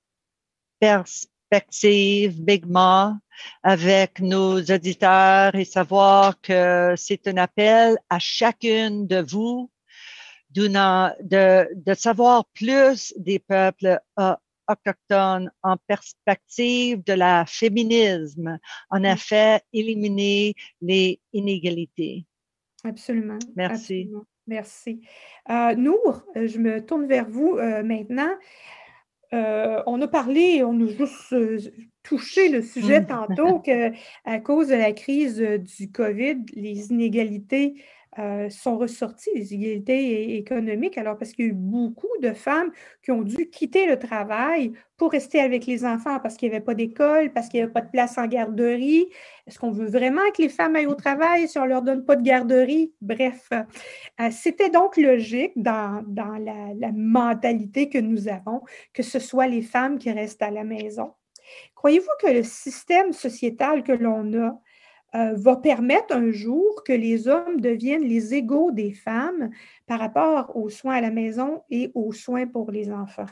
S2: perspective Big Ma avec nos auditeurs et savoir que c'est un appel à chacune de vous de, de savoir plus des peuples uh, autochtones en perspective de la féminisme, en effet, éliminer les inégalités.
S1: Absolument.
S2: Merci.
S1: Absolument. Merci. Euh, Nour, je me tourne vers vous euh, maintenant. Euh, on a parlé, on a juste euh, touché le sujet mmh. tantôt qu'à cause de la crise du COVID, les inégalités euh, sont ressorties, les inégalités économiques. Alors, parce qu'il y a eu beaucoup de femmes qui ont dû quitter le travail pour rester avec les enfants parce qu'il n'y avait pas d'école, parce qu'il n'y avait pas de place en garderie. Est-ce qu'on veut vraiment que les femmes aillent au travail si on ne leur donne pas de garderie? Bref, euh, c'était donc logique dans, dans la, la mentalité que nous avons que ce soit les femmes qui restent à la maison. Croyez-vous que le système sociétal que l'on a euh, va permettre un jour que les hommes deviennent les égaux des femmes par rapport aux soins à la maison et aux soins pour les enfants?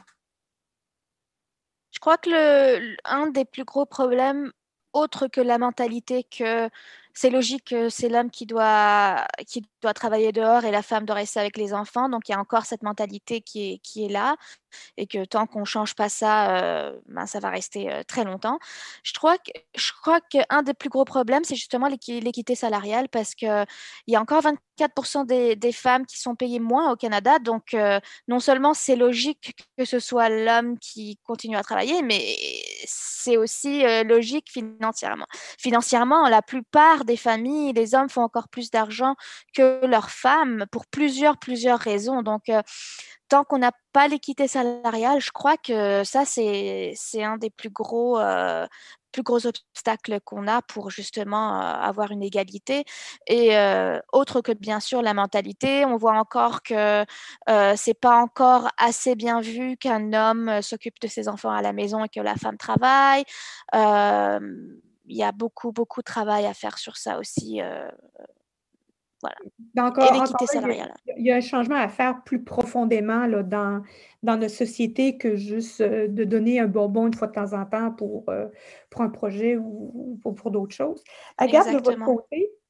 S3: Je crois que le, un des plus gros problèmes, autre que la mentalité que c'est logique que c'est l'homme qui doit, qui doit travailler dehors et la femme doit rester avec les enfants. Donc, il y a encore cette mentalité qui est, qui est là et que tant qu'on ne change pas ça, euh, ben, ça va rester euh, très longtemps. Je crois, que, je crois qu'un des plus gros problèmes, c'est justement l'équi- l'équité salariale parce qu'il y a encore vingt-quatre pour cent des, des femmes qui sont payées moins au Canada. Donc, euh, non seulement c'est logique que ce soit l'homme qui continue à travailler, mais c'est aussi euh, logique financièrement. Financièrement, la plupart des familles, les hommes font encore plus d'argent que leurs femmes pour plusieurs, plusieurs raisons. Donc, euh, tant qu'on n'a pas l'équité salariale, je crois que ça, c'est, c'est un des plus gros, euh, plus gros obstacles qu'on a pour justement euh, avoir une égalité. Et euh, autre que bien sûr la mentalité, on voit encore que euh, c'est pas encore assez bien vu qu'un homme s'occupe de ses enfants à la maison et que la femme travaille. Euh, il y a beaucoup, beaucoup de travail à faire sur ça aussi. Euh, voilà.
S1: Donc,
S3: et l'équité
S1: encore,
S3: salariale.
S1: Il y, a, il y a un changement à faire plus profondément là, dans, dans notre société que juste euh, de donner un bonbon une fois de temps en temps pour, euh, pour un projet ou, ou pour, pour d'autres choses. Agathe, de votre côté?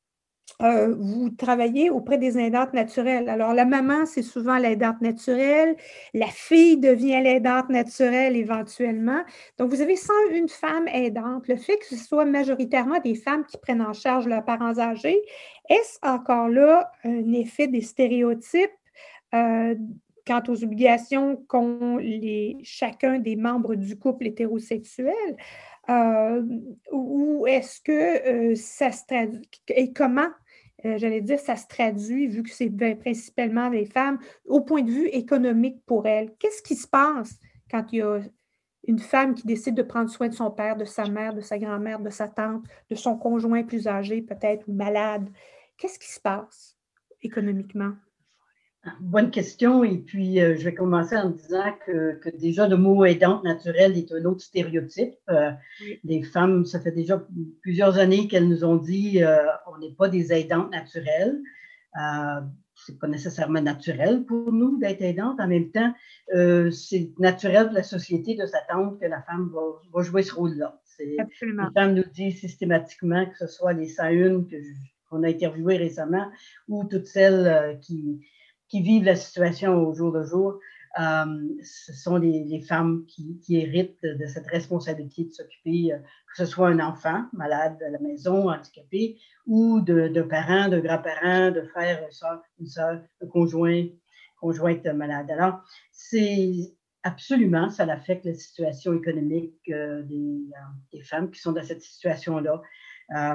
S1: euh, vous travaillez auprès des aidantes naturelles. Alors, la maman, c'est souvent l'aidante naturelle. La fille devient l'aidante naturelle éventuellement. Donc, vous avez cent une femmes aidantes. Le fait que ce soit majoritairement des femmes qui prennent en charge leurs parents âgés, est-ce encore là un effet des stéréotypes euh, quant aux obligations qu'ont les, chacun des membres du couple hétérosexuel? Euh, ou est-ce que euh, ça se traduit et comment, euh, j'allais dire, ça se traduit, vu que c'est ben, principalement des femmes, au point de vue économique pour elles? Qu'est-ce qui se passe quand il y a une femme qui décide de prendre soin de son père, de sa mère, de sa grand-mère, de sa tante, de son conjoint plus âgé peut-être ou malade? Qu'est-ce qui se passe économiquement?
S4: Bonne question. Et puis, euh, je vais commencer en disant que, que déjà le mot aidante naturelle est un autre stéréotype. Euh, oui. Les femmes, ça fait déjà plusieurs années qu'elles nous ont dit euh, on n'est pas des aidantes naturelles. Euh, c'est pas nécessairement naturel pour nous d'être aidante. En même temps, euh, c'est naturel pour la société de s'attendre que la femme va, va jouer ce rôle-là. C'est, les femmes nous disent systématiquement, que ce soit les cent un que je, qu'on a interviewées récemment ou toutes celles euh, qui qui vivent la situation au jour le jour, euh, ce sont les, les femmes qui, qui héritent de, de cette responsabilité de s'occuper, euh, que ce soit un enfant malade à la maison, handicapé, ou de, de parents, de grands-parents, de frères, une soeur, une soeur, de conjoint, conjointe malade. Alors, c'est absolument, ça affecte la situation économique euh, des, euh, des femmes qui sont dans cette situation-là. Euh,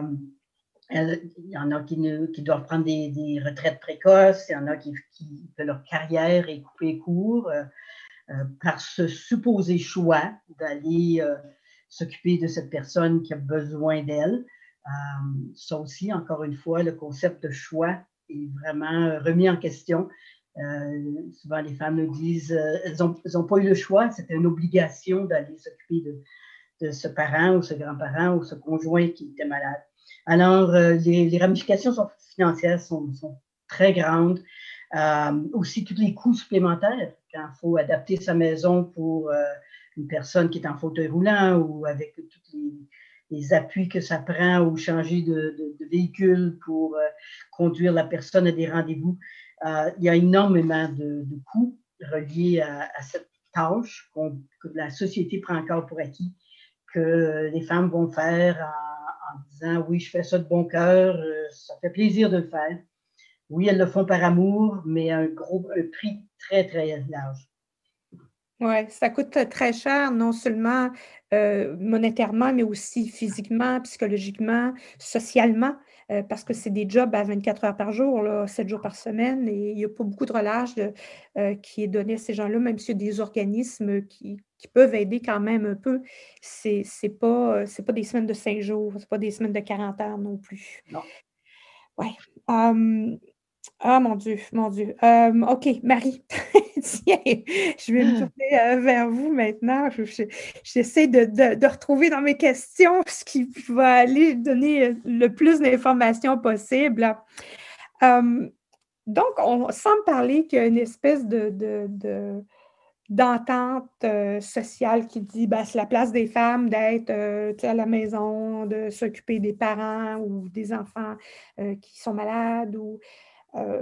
S4: Il y en a qui, ne, qui doivent prendre des, des retraites précoces, il y en a qui, qui que leur carrière est coupée court euh, euh, par ce supposé choix d'aller euh, s'occuper de cette personne qui a besoin d'elle. Euh, ça aussi, encore une fois, le concept de choix est vraiment remis en question. Euh, souvent, les femmes nous disent euh, elles n'ont elles ont pas eu le choix, c'était une obligation d'aller s'occuper de, de ce parent ou ce grand-parent ou ce conjoint qui était malade. Alors, euh, les, les ramifications sont, financières sont, sont très grandes. Euh, aussi, tous les coûts supplémentaires quand il faut adapter sa maison pour euh, une personne qui est en fauteuil roulant ou avec tous les, les appuis que ça prend ou changer de, de, de véhicule pour euh, conduire la personne à des rendez-vous. Euh, il y a énormément de, de coûts reliés à, à cette tâche qu'on, que la société prend encore pour acquis, que les femmes vont faire en, en disant « oui, je fais ça de bon cœur, ça fait plaisir de le faire ». Oui, elles le font par amour, mais à un, gros, un prix très, très large.
S1: Oui, ça coûte très cher, non seulement euh, monétairement, mais aussi physiquement, psychologiquement, socialement, euh, parce que c'est des jobs à vingt-quatre heures par jour, là, sept jours par semaine, et il n'y a pas beaucoup de relâche de, euh, qui est donné à ces gens-là, même s'il y a des organismes qui, qui peuvent aider quand même un peu. C'est, c'est pas, c'est pas des semaines de cinq jours, c'est pas des semaines de quarante heures non plus.
S4: Non.
S1: Oui. Um, Ah, mon Dieu, mon Dieu. Euh, OK, Marie, tiens, je vais me tourner euh, vers vous maintenant. Je, je, j'essaie de, de, de retrouver dans mes questions ce qui va aller donner le plus d'informations possible. Euh, donc, on semble parler qu'il y a une espèce de, de, de, d'entente euh, sociale qui dit ben, c'est la place des femmes d'être euh, à la maison, de s'occuper des parents ou des enfants euh, qui sont malades ou Euh,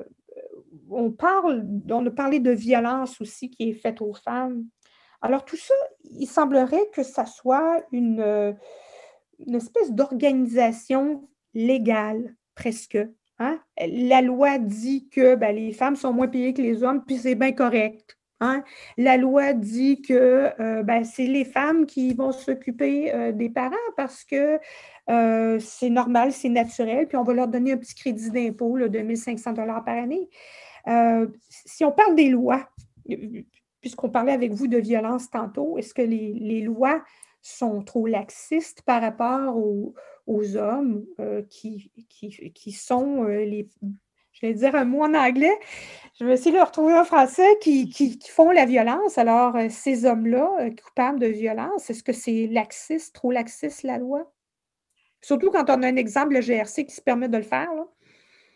S1: on parle, on a parlé de violence aussi qui est faite aux femmes. Alors tout ça, il semblerait que ça soit une, une espèce d'organisation légale, presque. Hein? La loi dit que ben, les femmes sont moins payées que les hommes, puis c'est bien correct. Hein? La loi dit que euh, ben, c'est les femmes qui vont s'occuper euh, des parents parce que euh, c'est normal, c'est naturel, puis on va leur donner un petit crédit d'impôt là, de mille cinq cents dollars par année. Euh, si on parle des lois, puisqu'on parlait avec vous de violence tantôt, est-ce que les, les lois sont trop laxistes par rapport aux, aux hommes euh, qui, qui, qui sont euh, les... Je vais dire un mot en anglais, je vais essayer de le retrouver en français, qui, qui, qui font la violence. Alors, euh, ces hommes-là, euh, coupables de violence, est-ce que c'est laxiste, trop laxiste, la loi? Surtout quand on a un exemple, le G R C, qui se permet de le faire, là.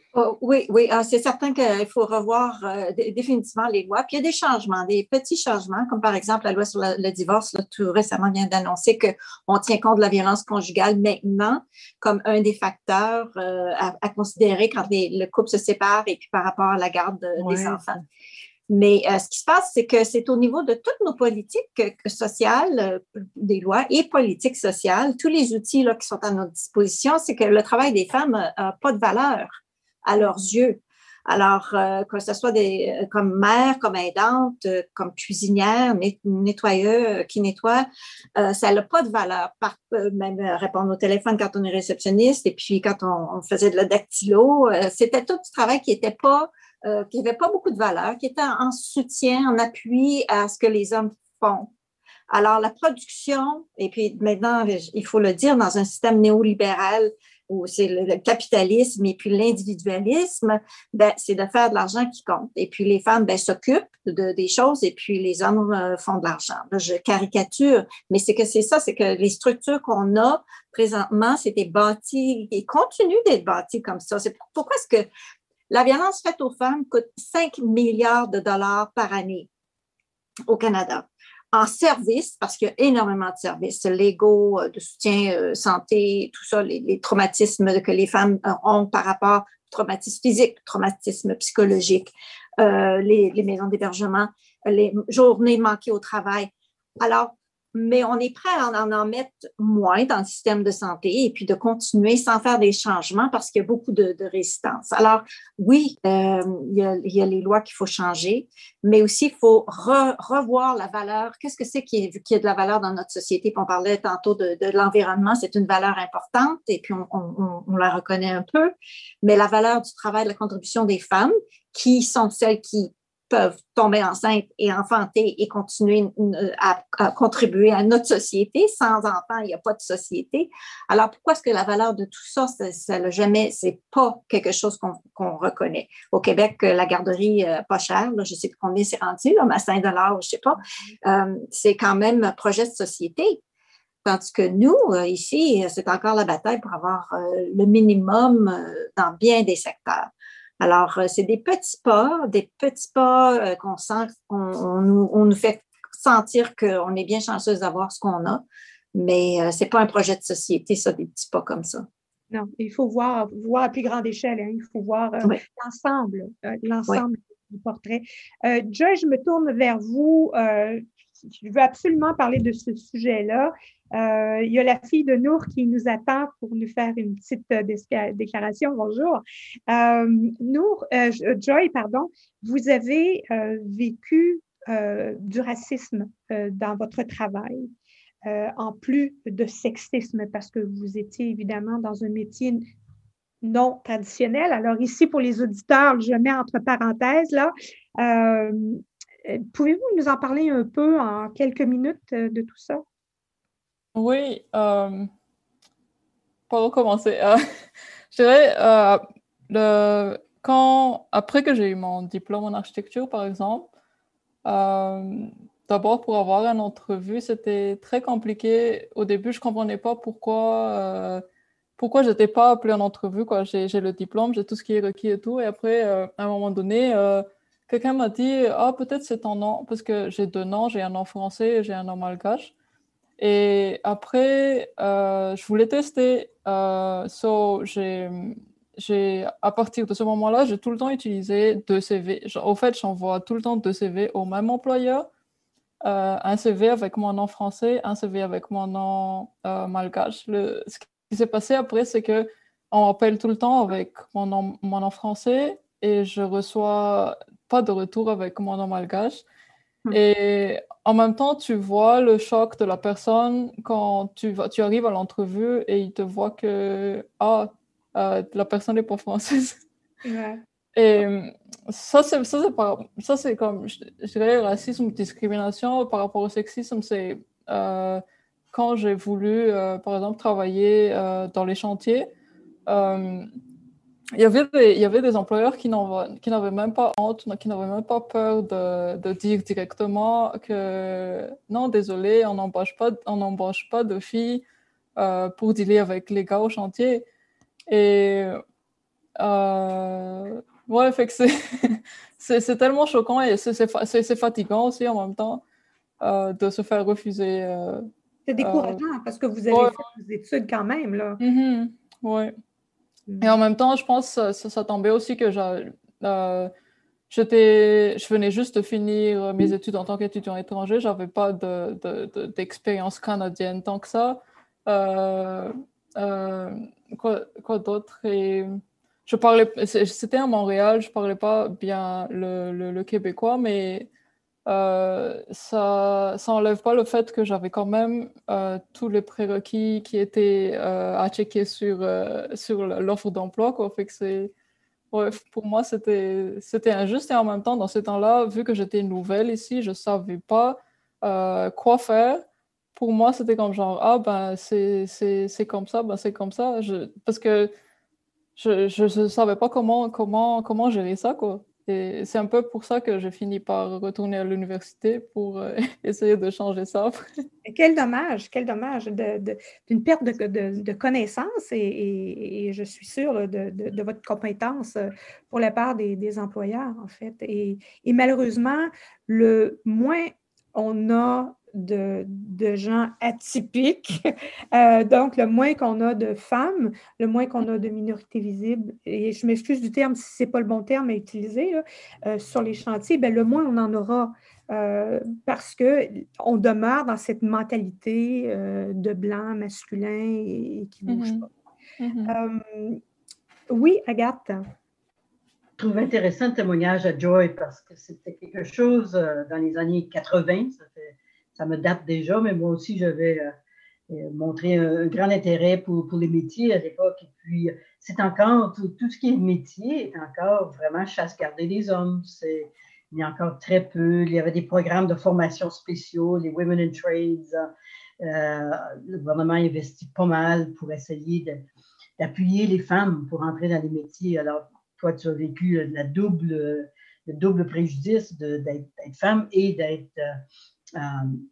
S6: Oh, oui, oui, ah, c'est certain qu'il faut revoir euh, dé- définitivement les lois. Puis il y a des changements, des petits changements, comme par exemple la loi sur la- le divorce, là, tout récemment vient d'annoncer qu'on tient compte de la violence conjugale maintenant comme un des facteurs euh, à, à considérer quand les- le couple se sépare et puis par rapport à la garde euh, des
S4: Ouais.
S6: enfants. Mais euh, ce qui se passe, c'est que c'est au niveau de toutes nos politiques euh, sociales, euh, des lois et politiques sociales, tous les outils là, qui sont à notre disposition, c'est que le travail des femmes n'a pas de valeur à leurs yeux. Alors, euh, que ce soit des, euh, comme mère, comme aidante, euh, comme cuisinière, net, nettoyeur, euh, qui nettoie, euh, ça n'a pas de valeur. Par, euh, même euh, répondre au téléphone quand on est réceptionniste et puis quand on, on faisait de la dactylo, euh, c'était tout du travail qui n'était pas Euh, qui n'avait pas beaucoup de valeur, qui était en soutien, en appui à ce que les hommes font. Alors, la production, et puis maintenant, il faut le dire, dans un système néolibéral où c'est le capitalisme et puis l'individualisme, ben, c'est de faire de l'argent qui compte. Et puis, les femmes ben, s'occupent de, des choses et puis les hommes euh, font de l'argent. Là, je caricature, mais c'est que c'est ça, c'est que les structures qu'on a présentement, c'était bâti et continue d'être bâti comme ça. C'est pourquoi est-ce que la violence faite aux femmes coûte cinq milliards de dollars par année au Canada. En services, parce qu'il y a énormément de services légaux, de soutien, euh, santé, tout ça, les, les traumatismes que les femmes ont par rapport aux traumatismes physiques, traumatismes psychologiques, euh, les, les maisons d'hébergement, les journées manquées au travail. Alors, mais on est prêt à en, en mettre moins dans le système de santé et puis de continuer sans faire des changements parce qu'il y a beaucoup de, de résistance. Alors, oui, euh, il, y a, il y a les lois qu'il faut changer, mais aussi il faut re, revoir la valeur. Qu'est-ce que c'est qui, est, qui a de la valeur dans notre société? Puis on parlait tantôt de, de l'environnement, c'est une valeur importante et puis on, on, on la reconnaît un peu, mais la valeur du travail, de la contribution des femmes, qui sont celles qui peuvent tomber enceintes et enfanter et continuer à, à contribuer à notre société. Sans enfants, il n'y a pas de société. Alors, pourquoi est-ce que la valeur de tout ça, ça, ça n'a jamais, c'est pas quelque chose qu'on, qu'on reconnaît? Au Québec, la garderie, euh, pas chère, là, je sais plus combien c'est rendu, là, mais à cinq dollars, je sais pas, euh, c'est quand même un projet de société. Tandis que nous, euh, ici, c'est encore la bataille pour avoir euh, le minimum euh, dans bien des secteurs. Alors, euh, c'est des petits pas, des petits pas euh, qu'on sent, on, on, nous, on nous fait sentir qu'on est bien chanceuse d'avoir ce qu'on a, mais euh, ce n'est pas un projet de société, ça, des petits pas comme ça.
S1: Non, il faut voir, voir à plus grande échelle, hein. Il faut voir euh, oui. l'ensemble, euh, l'ensemble oui. du portrait. Euh, Joy, je me tourne vers vous. Euh, je veux absolument parler de ce sujet-là. Euh, il y a la fille de Nour qui nous attend pour nous faire une petite euh, déclaration. Bonjour. Euh, Nour, euh, Joy, pardon, vous avez euh, vécu euh, du racisme euh, dans votre travail, euh, en plus de sexisme, parce que vous étiez évidemment dans un métier non traditionnel. Alors ici, pour les auditeurs, je mets entre parenthèses, là, euh, pouvez-vous nous en parler un peu en quelques minutes euh, de tout ça?
S5: Oui, euh, par où commencer? Euh, je dirais, euh, le, quand, après que j'ai eu mon diplôme en architecture, par exemple, euh, d'abord pour avoir une entrevue, c'était très compliqué. Au début, je ne comprenais pas pourquoi, euh, pourquoi je n'étais pas appelée en entrevue, quoi. J'ai, j'ai le diplôme, j'ai tout ce qui est requis et tout. Et après, euh, à un moment donné, euh, quelqu'un m'a dit « Ah, peut-être c'est ton nom », parce que j'ai deux noms, j'ai un nom français et j'ai un nom malgache. Et après, euh, je voulais tester. Euh, so, j'ai, j'ai, à partir de ce moment-là, j'ai tout le temps utilisé deux C V. Au fait, j'envoie tout le temps deux C V au même employeur. Euh, un C V avec mon nom français, un C V avec mon nom euh, malgache. Le, ce qui s'est passé après, c'est qu'on m'appelle tout le temps avec mon nom, mon nom français et je reçois pas de retour avec mon nom malgache. Et en même temps, tu vois le choc de la personne quand tu, vas, tu arrives à l'entrevue et il te voit que ah, euh, la personne n'est pas française.
S1: Ouais.
S5: Et ça, c'est, ça, c'est, par, ça, c'est comme, je, je dirais, racisme, discrimination par rapport au sexisme, c'est euh, quand j'ai voulu, euh, par exemple, travailler euh, dans les chantiers, euh, Il y, avait des, il y avait des employeurs qui n'avaient même pas honte, qui n'avaient même pas peur de, de dire directement que non, désolé, on n'embauche pas, on n'embauche pas de filles euh, pour dealer avec les gars au chantier. Et Euh, ouais, fait que c'est, c'est, c'est tellement choquant et c'est, c'est, c'est, c'est fatigant aussi en même temps euh, de se faire refuser. Euh,
S1: C'est décourageant euh, parce que vous avez
S5: ouais,
S1: fait vos études quand même, là.
S5: Mm-hmm, ouais. Mm. Et en même temps, je pense que ça, ça tombait aussi que j'ai, euh, j'étais, je venais juste de finir mes études en tant qu'étudiant étranger. J'avais pas de, de, de, d'expérience canadienne tant que ça. Euh, euh, quoi, quoi d'autre? Et je parlais, c'était à Montréal, je parlais pas bien le, le, le québécois, mais euh, ça, ça enlève pas le fait que j'avais quand même euh, tous les prérequis qui étaient euh, à checker sur, euh, sur l'offre d'emploi, quoi. Fait que c'est, ouais, pour moi, c'était, c'était injuste et en même temps, dans ce temps-là, vu que j'étais nouvelle ici, je savais pas euh, quoi faire. Pour moi, c'était comme genre, ah ben, c'est, c'est, c'est comme ça, ben, c'est comme ça. Je, parce que je, je, je savais pas comment, comment, comment gérer ça, quoi. Et c'est un peu pour ça que j'ai fini par retourner à l'université pour euh, essayer de changer ça après.
S1: Et quel dommage, quel dommage de, de, d'une perte de, de, de connaissances et, et, et je suis sûre là, de, de, de votre compétence pour la part des, des employeurs, en fait. Et, et malheureusement, le moins on a de, de gens atypiques, euh, donc le moins qu'on a de femmes, le moins qu'on a de minorités visibles, et je m'excuse du terme si ce n'est pas le bon terme à utiliser, là, euh, sur les chantiers, bien, le moins on en aura. Euh, parce qu'on demeure dans cette mentalité euh, de blanc masculin et, et qui ne bouge
S5: Mm-hmm.
S1: pas.
S5: Mm-hmm.
S1: Euh, oui, Agathe.
S4: Je trouve intéressant le témoignage à Joy parce que c'était quelque chose euh, dans les années quatre-vingt, ça, fait, ça me date déjà, mais moi aussi j'avais euh, montré un, un grand intérêt pour, pour les métiers à l'époque. Et puis, c'est encore, tout, tout ce qui est métier est encore vraiment chasse gardée des hommes. C'est, il y a encore très peu. Il y avait des programmes de formation spéciaux, les Women in Trades. Euh, le gouvernement investit pas mal pour essayer de, d'appuyer les femmes pour entrer dans les métiers. Alors, toi, tu as vécu la double, le double préjudice de, d'être, d'être femme et d'être euh,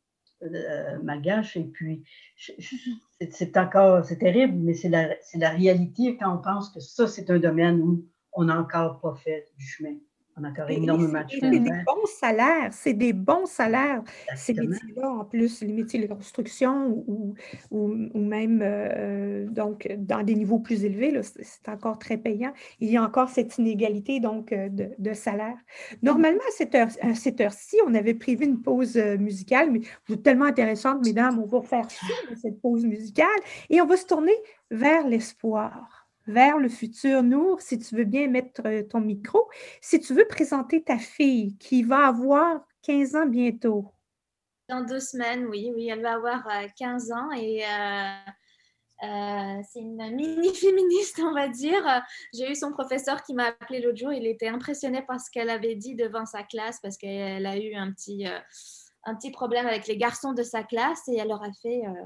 S4: euh, malgache. Et puis, je, je, c'est, c'est encore, c'est terrible, mais c'est la, c'est la réalité quand on pense que ça, c'est un domaine où on n'a encore pas fait du chemin. On a encore énormément de chemin à faire.
S1: C'est des bons salaires, c'est des bons salaires, ces métiers-là, en plus, les métiers de construction ou, ou, ou même euh, donc, dans des niveaux plus élevés, là, c'est encore très payant. Il y a encore cette inégalité donc, de, de salaire. Normalement, à cette, heure, à cette heure-ci, on avait prévu une pause musicale, mais vous êtes tellement intéressantes, mesdames, on va faire cette pause musicale et on va se tourner vers l'espoir. Vers le futur. Nour, si tu veux bien mettre ton micro, si tu veux présenter ta fille qui va avoir quinze ans bientôt.
S9: Dans deux semaines, oui, oui, elle va avoir euh, quinze ans et euh, euh, c'est une mini-féministe, on va dire. J'ai eu son professeur qui m'a appelé l'autre jour, il était impressionné par ce qu'elle avait dit devant sa classe parce qu'elle a eu un petit, euh, un petit problème avec les garçons de sa classe et elle leur a fait... Euh,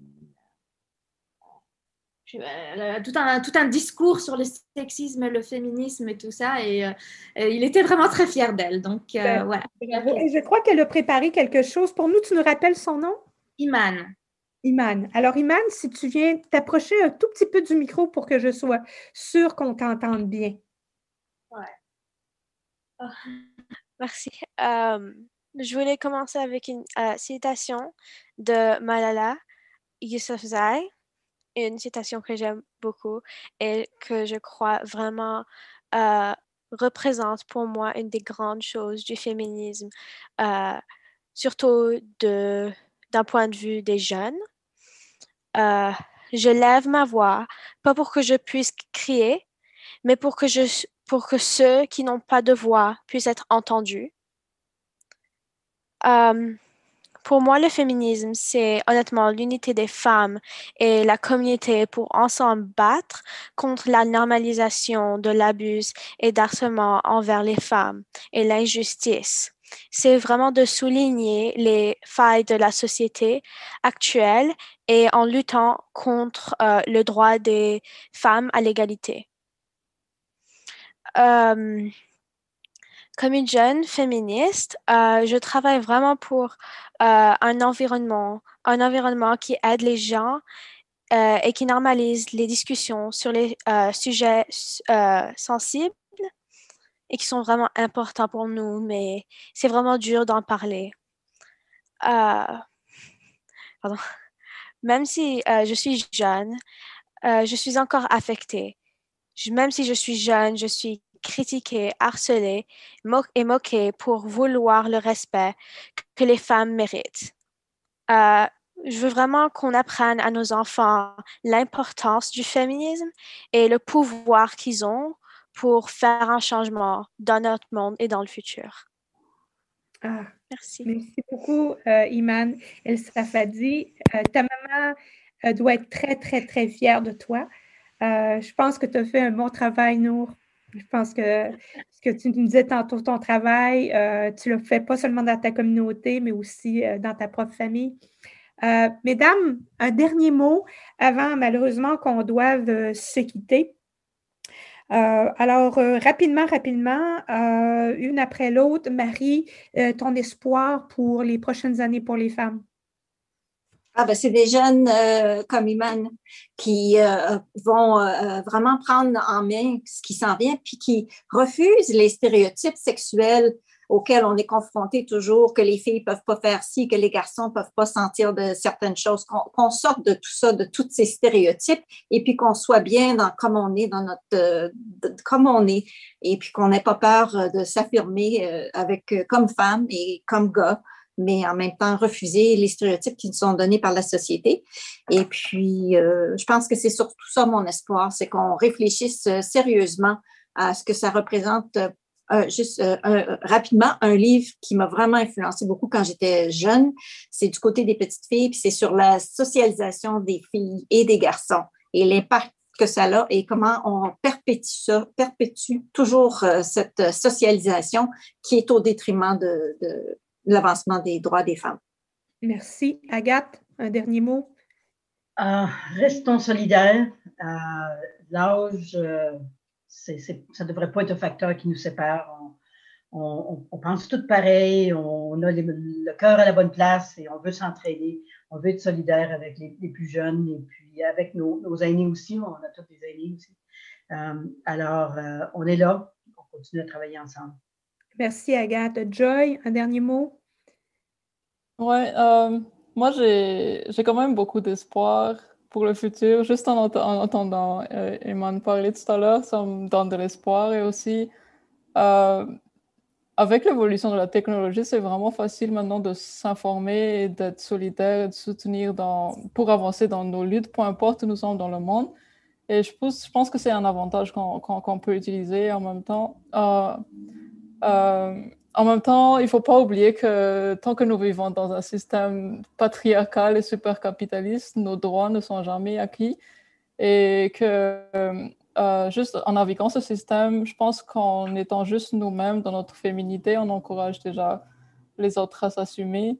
S9: Tout un, tout un discours sur le sexisme, le féminisme et tout ça. Et, euh, et il était vraiment très fier d'elle. Donc, euh,
S1: ben,
S9: voilà.
S1: Et je crois qu'elle a préparé quelque chose. Pour nous, tu nous rappelles son nom?
S9: Iman.
S1: Iman. Alors, Iman, si tu viens t'approcher un tout petit peu du micro pour que je sois sûre qu'on t'entende bien.
S10: Ouais. Oh. Merci. Euh, je voulais commencer avec une euh, citation de Malala Yousafzai. Une citation que j'aime beaucoup et que je crois vraiment euh, représente pour moi une des grandes choses du féminisme, euh, surtout de, d'un point de vue des jeunes. Euh, je lève ma voix, pas pour que je puisse crier, mais pour que, je, pour que ceux qui n'ont pas de voix puissent être entendus. Euh, Pour moi, le féminisme, c'est honnêtement l'unité des femmes et la communauté pour ensemble battre contre la normalisation de l'abus et d'harcèlement envers les femmes et l'injustice. C'est vraiment de souligner les failles de la société actuelle et en luttant contre euh, le droit des femmes à l'égalité. Euh, Comme une jeune féministe, euh, je travaille vraiment pour euh, un environnement, un environnement qui aide les gens euh, et qui normalise les discussions sur les euh, sujets euh, sensibles et qui sont vraiment importants pour nous, mais c'est vraiment dur d'en parler. Euh, pardon. Même si euh, je suis jeune, euh, je suis encore affectée. Je, même si je suis jeune, je suis critiquée, harcelée mo- et moquée pour vouloir le respect que les femmes méritent. Euh, je veux vraiment qu'on apprenne à nos enfants l'importance du féminisme et le pouvoir qu'ils ont pour faire un changement dans notre monde et dans le futur.
S1: Ah,
S10: merci.
S1: Merci beaucoup, euh, Iman El Safadi. Euh, ta maman euh, doit être très, très, très fière de toi. Euh, je pense que tu as fait un bon travail, Nour. Je pense que ce que tu nous disais tantôt, ton travail, euh, tu le fais pas seulement dans ta communauté, mais aussi euh, dans ta propre famille. Euh, mesdames, un dernier mot avant, malheureusement, qu'on doive euh, se quitter. Euh, alors, euh, rapidement, rapidement, euh, une après l'autre, Marie, euh, ton espoir pour les prochaines années pour les femmes?
S6: Ah ben, c'est des jeunes euh, comme Iman qui euh, vont euh, vraiment prendre en main ce qui s'en vient, puis qui refusent les stéréotypes sexuels auxquels on est confronté toujours, que les filles ne peuvent pas faire ci, que les garçons ne peuvent pas sentir de certaines choses, qu'on, qu'on sorte de tout ça, de tous ces stéréotypes, et puis qu'on soit bien dans comme on est, dans notre euh, de, comme on est, et puis qu'on n'ait pas peur de s'affirmer euh, avec euh, comme femme et comme gars, mais en même temps refuser les stéréotypes qui nous sont donnés par la société. Et puis, euh, je pense que c'est surtout ça mon espoir, c'est qu'on réfléchisse sérieusement à ce que ça représente. Euh, juste euh, un, rapidement, un livre qui m'a vraiment influencé beaucoup quand j'étais jeune, c'est du côté des petites filles, puis c'est sur la socialisation des filles et des garçons et l'impact que ça a et comment on perpétue ça, perpétue toujours euh, cette socialisation qui est au détriment de, de l'avancement des droits des femmes.
S1: Merci. Agathe, un dernier mot?
S4: Euh, restons solidaires. Euh, l'âge, euh, c'est, c'est, ça ne devrait pas être un facteur qui nous sépare. On, on, on pense tout pareil, on a les, le cœur à la bonne place et on veut s'entraider. On veut être solidaire avec les, les plus jeunes et puis avec nos, nos aînés aussi. On a tous des aînés aussi. Euh, alors, euh, on est là. On continue à travailler ensemble.
S1: Merci, Agathe. Joy, un dernier mot?
S5: Oui, euh, moi, j'ai, j'ai quand même beaucoup d'espoir pour le futur. Juste en, ent- en entendant euh, Iman parler tout à l'heure, ça me donne de l'espoir. Et aussi, euh, avec l'évolution de la technologie, c'est vraiment facile maintenant de s'informer et d'être solidaire et de soutenir dans, pour avancer dans nos luttes, peu importe où nous sommes dans le monde. Et je pense, je pense que c'est un avantage qu'on, qu'on, qu'on peut utiliser en même temps. Euh, euh, en même temps, il ne faut pas oublier que tant que nous vivons dans un système patriarcal et super capitaliste, nos droits ne sont jamais acquis. Et que euh, juste en naviguant ce système, je pense qu'en étant juste nous-mêmes dans notre féminité, on encourage déjà les autres à s'assumer.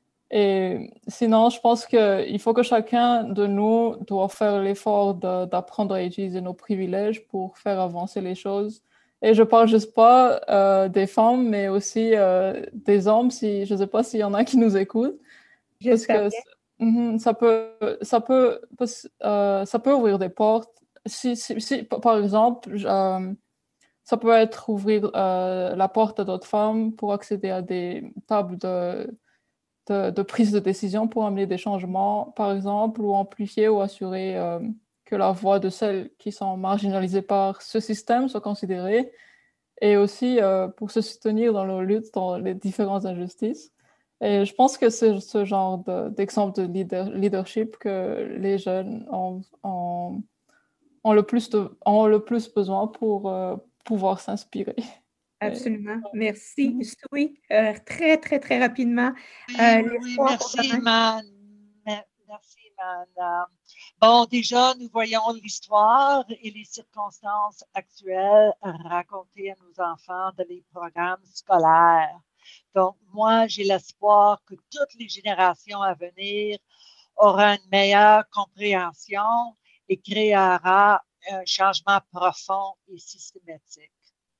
S5: Et sinon, je pense qu'il faut que chacun de nous doit faire l'effort de, d'apprendre à utiliser nos privilèges pour faire avancer les choses. Et je parle juste pas euh, des femmes, mais aussi euh, des hommes, si, je ne sais pas s'il y en a qui nous écoutent. Parce que mm, ça, peut, ça, peut, euh, ça peut ouvrir des portes. Si, si, si par exemple, euh, ça peut être ouvrir euh, la porte à d'autres femmes pour accéder à des tables de, de, de prise de décision pour amener des changements, par exemple, ou amplifier ou assurer euh, que la voix de celles qui sont marginalisées par ce système soit considérée, et aussi euh, pour se soutenir dans leur lutte dans les différentes injustices. Et je pense que c'est ce genre de, d'exemple de leader, leadership que les jeunes ont, ont, ont, le, plus de, ont le plus besoin pour euh, pouvoir s'inspirer.
S1: Absolument. Merci. Oui, euh, très, très, très rapidement.
S2: Oui,
S1: Euh,
S2: oui, oui, merci, Iman. Merci, Iman. Bon, déjà, nous voyons l'histoire et les circonstances actuelles racontées à nos enfants dans les programmes scolaires. Donc, moi, j'ai l'espoir que toutes les générations à venir auront une meilleure compréhension et créera un changement profond et systématique.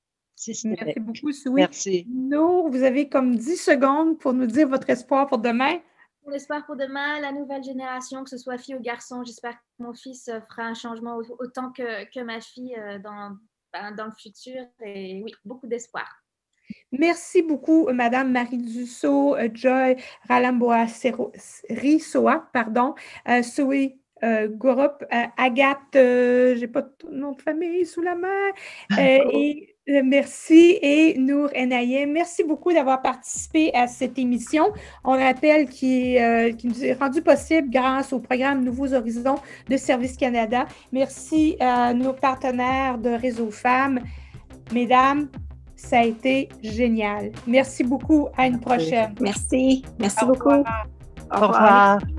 S1: Merci beaucoup, Soui.
S2: Merci.
S1: Nour, vous avez comme dix secondes pour nous dire votre espoir pour demain.
S9: Mon espoir pour demain, la nouvelle génération, que ce soit fille ou garçon, j'espère que mon fils fera un changement autant que, que ma fille dans, dans le futur. Et oui, beaucoup d'espoir.
S1: Merci beaucoup, Madame Marie Dussault, Joy Ralamboa-Rissoa, pardon, euh, Soé euh, Gouroup, euh, Agathe, euh, j'ai pas ton nom de famille sous la main, euh, et euh, merci, et Nour Enayem. Merci beaucoup d'avoir participé à cette émission. On rappelle qu'il euh, qui nous est rendu possible grâce au programme Nouveaux Horizons de Service Canada. Merci à nos partenaires de Réseau Femmes. Mesdames, ça a été génial. Merci beaucoup. À une prochaine.
S6: Merci. Merci
S1: Au
S6: beaucoup.
S1: revoir.
S2: Au revoir.